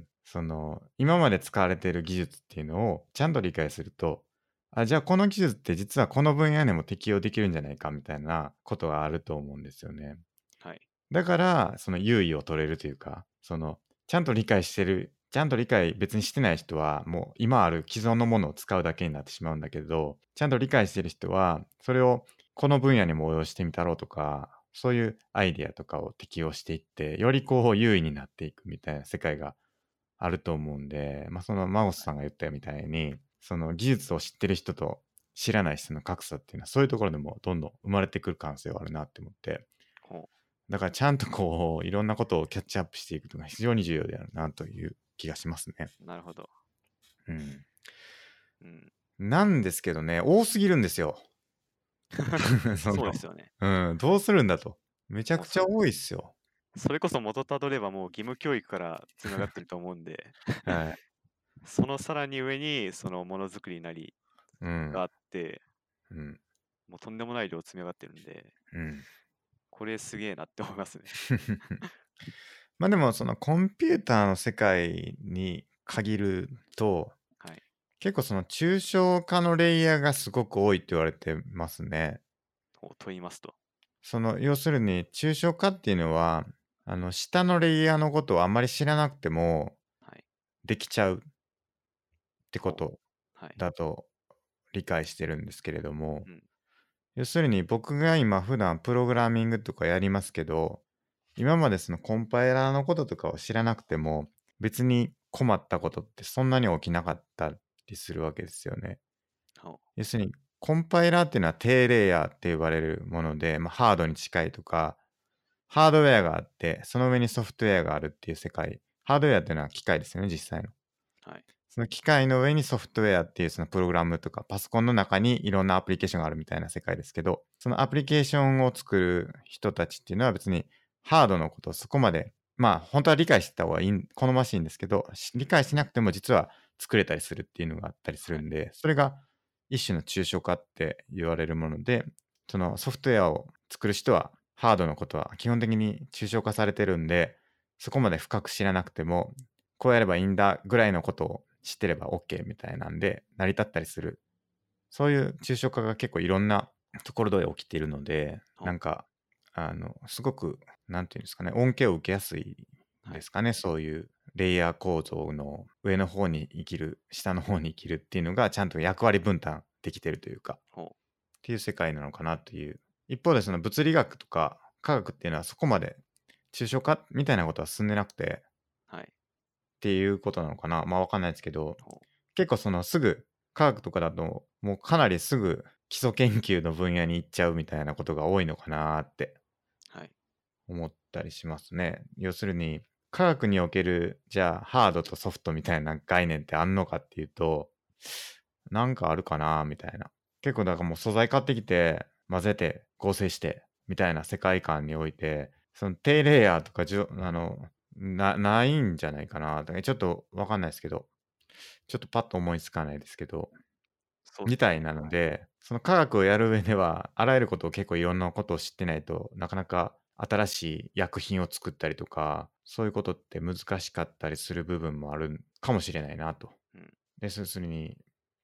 今まで使われている技術っていうのをちゃんと理解すると、じゃあこの技術って実はこの分野にも適用できるんじゃないかみたいなことがあると思うんですよね。 はい。 だから、その優位を取れるというか、ちゃんと理解してる、ちゃんと理解別にしてない人は、もう今ある既存のものを使うだけになってしまうんだけど、ちゃんと理解してる人は、それをこの分野にも応用してみたろうとか、そういうアイディアとかを適用していって、よりこう優位になっていくみたいな世界があると思うんで、そのマゴスさんが言ったみたいに、その技術を知ってる人と知らない人の格差っていうのは、そういうところでもどんどん生まれてくる可能性はあるなって思って、 ほだからちゃんとこう、いろんなことをキャッチアップしていくのが非常に重要であるなという気がしますね。 う。なるほど。 うん。 うん。 なんですけどね、多すぎるんですよ。その、 そうですよね。 どうするんだと。めちゃもうそれ、 くちゃ多いっすよ。 それこそ元たどればもう義務教育からつながってると思うんで、 はい。 そのさらに上にそのものづくりなりうん。 があって、 うん。 もうとんでもない量積み上がってるんで、 うん。 これすげえなって思いますね。 でもそのコンピューターの世界に限ると、 はい。 結構その抽象化のレイヤーがすごく多いって言われてますね。 と言いますと。 要するに抽象化っていうのは、下のレイヤーのことをあんまり知らなくてもはい。 できちゃうってこほう。 とはい。 だと理解してるんですけれども、 うん。 要するに僕が今普段プログラミングとかやりますけど、今までそのコンパイラーのこととかを知らなくても、別に困ったことってそんなに起きなかったりするわけですよね。 ほう。 要するに、コンパイラーっていうのは低レイヤーって呼ばれるもので、ハードに近いとか、ハードウェアがあって、その上にソフトウェアがあるっていう世界。ハードウェアっていうのは機械ですよね、実際の。 はい。 その機械の上にソフトウェアっていうそのプログラムとか、パソコンの中にいろんなアプリケーションがあるみたいな世界ですけど、そのアプリケーションを作る人たちっていうのは別にハードのことをそこまで、本当は理解してた方が好ましいんですけど、理うん。 解しなくても実は作れたりするっていうのがあったりすはい。 るんで、それが一種の抽象化って言われるもので、そのソフトウェアを作る人はハードのことは基本的に抽象化されてるんで、そこまで深く知らなくても、こうやればいいんだぐらいのことを知ってれば OK みたいなんで、成り立ったりする。そういう抽象化が結構いろんなところで起きているので、 ほう。 すごく、なんていうんですかね、恩恵を受けやすいんはい。 ですかね、そういうレイヤー構造の上の方に生きる、下の方に生きるっていうのがちゃんと役割分担できてるというか、 ほう。 っていう世界なのかなという。一方でその物理学とか科学っていうのはそこまで抽象化みたいなことは進んでなくて、 はい。 っていうことなのかな。わかんないですけど、 ほう。 結構そのすぐ、科学とかだと、もうかなりすぐ基礎研究の分野に行っちゃうみたいなことが多いのかなってはい。 思ったりしますね。要するに、科学における、じゃあハードとソフトみたいな概念ってあんのかっていうと、なんかあるかなみたいな。結構だからもう素材買ってきて、混ぜて、合成して、みたいな世界観において、その低レイヤーとかないんじゃないかな。だからちょっとわかんないですけど、ちょっとパッと思いつかないですけど、 そうですね。 みたいなので、その科学をやる上では、あらゆることを結構いろんなことを知ってないとなかなか新しい薬品を作ったりとか、そういうことって難しかったりする部分もあるかもしれないなと。 うん。 で、要するに、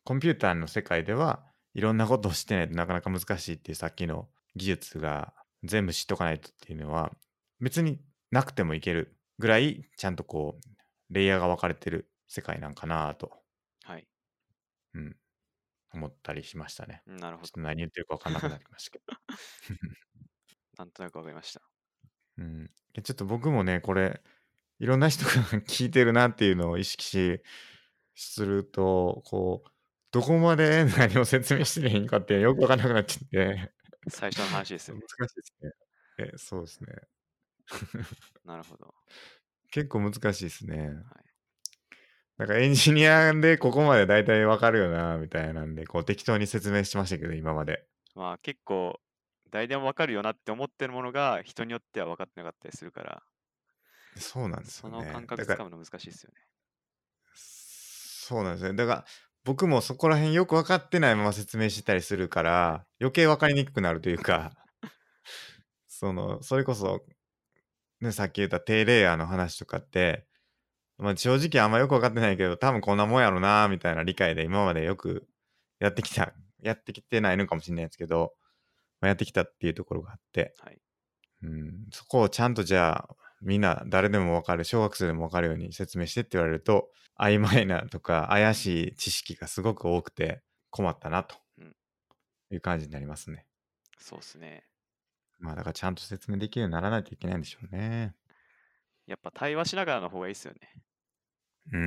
コンピューターの世界ではいろんなことをしてないとなかなか難しいっていうさっきの技術が全部知っとかないとっていうのは別になくてもいけるぐらいちゃんとこうレイヤーが分かれてる世界なんかなと、 はい。 うん、思ったりしましたね。 なるほど。 ちょっと何言ってるか分かんなくなりましたけど。 なんとなくわかりました。 うん、ちょっと僕もねこれいろんな人が聞いてるなっていうのを意識するとこうどこまで何を説明していいんかってよく分かんなくなっちゃって最初の話ですよ難ね。 しいですね。そうですね。 なるほど。 結構難しいですね。 はい。 なんかエンジニアでここまで大体わかるよな、みたいなんで、こう適当に説明してましたけど、今まで。 まあ結構、誰でもわかるよなって思ってるものが人によっては分かってなかったりするから、 そうなんですその感よね。だから、 覚つかむの難しいですよね。 そうなんですね。だから、僕もそこら辺よく分かってないまま説明してたりするかはい。 ら、余計分かりにくくなるというか、それこそ、ね、さっき言った低レイヤーの話とかって、まあ、正直あんまよく分かってないけど、多分こんなもんやろな、みたいな理解で今までよくやってきた、やってきてないのかもしれないですけど、まあ、やってきたっていうところがあって、 はい。 そこをちゃんとじゃあ、みんな誰でも分かる、小学生でも分かるように説明してって言われると、曖昧なとか怪しい知識がすごく多くて困ったなとうん。 いう感じになりますね。 そうっすね。 まあだからちゃんと説明できるようにならないといけないんでしょうね。 やっぱ対話しながらの方がいいですよね。 うん。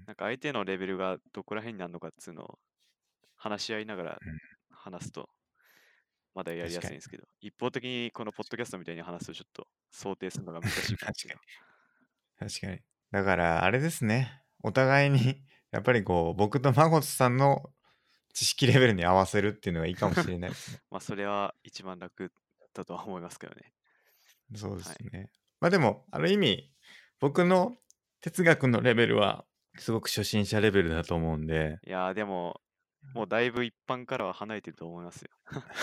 なんか相手のレベルがどこら辺になるのかっていうのを話し合いながらうん、 話すとまだやり確かに。 やすいんですけど、一方的にこのポッドキャストみたいに話すとちょっと想定するのが難しいか確かもしれない。 に。確かに。だからあれですね。お互いにやっぱりこう僕とマゴトさんの知識レベルに合わせるっていうのがいいかもしれないですね。 まあそれは一番楽だとは思いますけどね。 そうではい。 すね。まあでも、ある意味、僕の哲学のレベルは、すごく初心者レベルだと思うんで、 いやーでも、もうだいぶ一般からは離れてると思いますよ。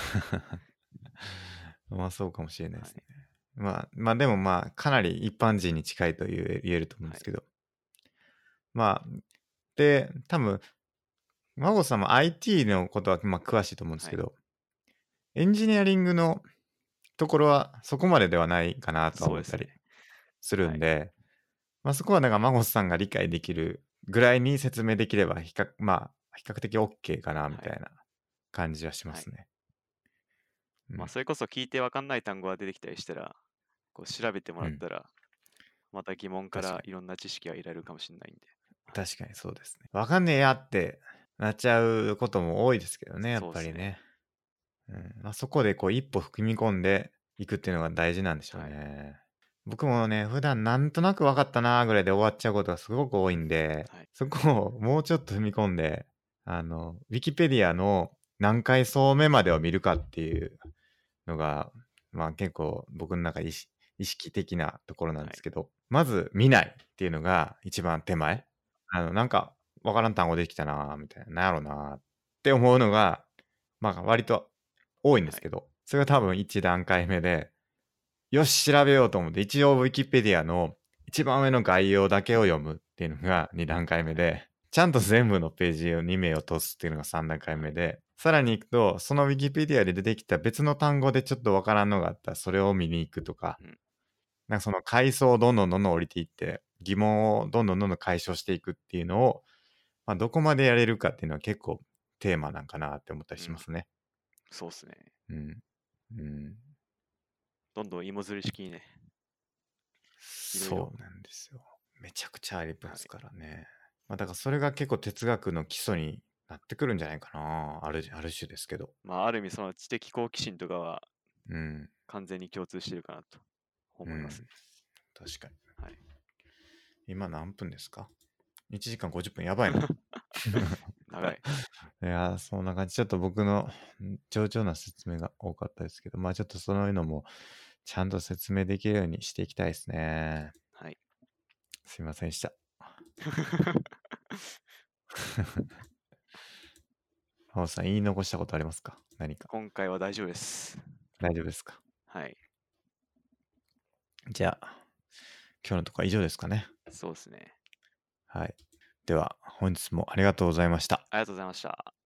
まあそうかもしれないですね。 はい。 まあでもまあ、かなり一般人に近いと言えると思うんはい。 ですけど、まあ、で、多分、マゴさんも IT のことはまあ詳しいと思うんですはい。 けど、エンジニアリングのところはそこまでではないかなとは思ったりそうですね。 するはい。 んで、まあそこはなんかマゴスさんが理解できるぐらいに説明できれば比較的 OK かなみはい。 たいな感じはしまはい。 すね。うまあん。 それこそ聞いてわかんない単語が出てきたりしたら、こう調べてもうん。 らったら、また疑問か確かに。 らいろんな知識が得られるかもしれないんで。はい。 確かにそうですね。わかんねえやってなっちゃうことも多いですけどね、やっそうですね。 ぱりね。まあ、そこでこう一歩踏み込んでいくっていうのが大事なんでしょうはい。 ね。僕もね、普段なんとなく分かったなーぐらいで終わっちゃうことがすごく多いんで、 はい。 そこをもうちょっと踏み込んで、ウィキペディアの何回層目までを見るかっていうのが、まあ結構僕の中で意識的なところなんはい。 ですけど、まず見ないっていうのが一番手前。なんか分からん単語できたなーみたいな、なんやろなーって思うのが、まあ割と多いんではい。 すけど、それが多分1段階目で、よし、調べようと思って、一応 Wikipedia の一番上の概要だけを読むっていうのが2段階目はい。 で、ちゃんと全部のページを2名を通すっていうのが3段階はい。 目で、さらに行くと、その Wikipedia で出てきた別の単語でちょっとわからんのがあったら、それを見に行くとか、 うん。 なんかその階層をどんどん降りていって、疑問をどんどん解消していくっていうのを、まあ、どこまでやれるかっていうのは結構テーマなんかなって思ったりうん。 しますね。 そうですね。 うん。うん。 どんどん芋づる式にね、いろいろ。 そうなんですよ。めちゃくちゃありまはい。 すからね。まあ、だからそれが結構哲学の基礎になってくるんじゃないかな。ある種ですけど。 まあある意味その知的好奇心とかはうん。 完全に共通してるかなとうん。 思いますね。 確かに。 はい。 今何分ですか？ 1 時間50分やばいな。 長い。 いやー、そんな感じ。ちょっと僕の上々な説明が多かったですけど、まあちょっとそういうのもちゃんと説明できるようにしていきたいですね。 はい。 すいませんでした。ハオさん、言い残したことありますか？何か。 今回は大丈夫です。 大丈夫ですか？ はい。 じゃあ、今日のとこは以上ですかね。 そうですね。 はい。 では、本日もありがとうございました。 ありがとうございました。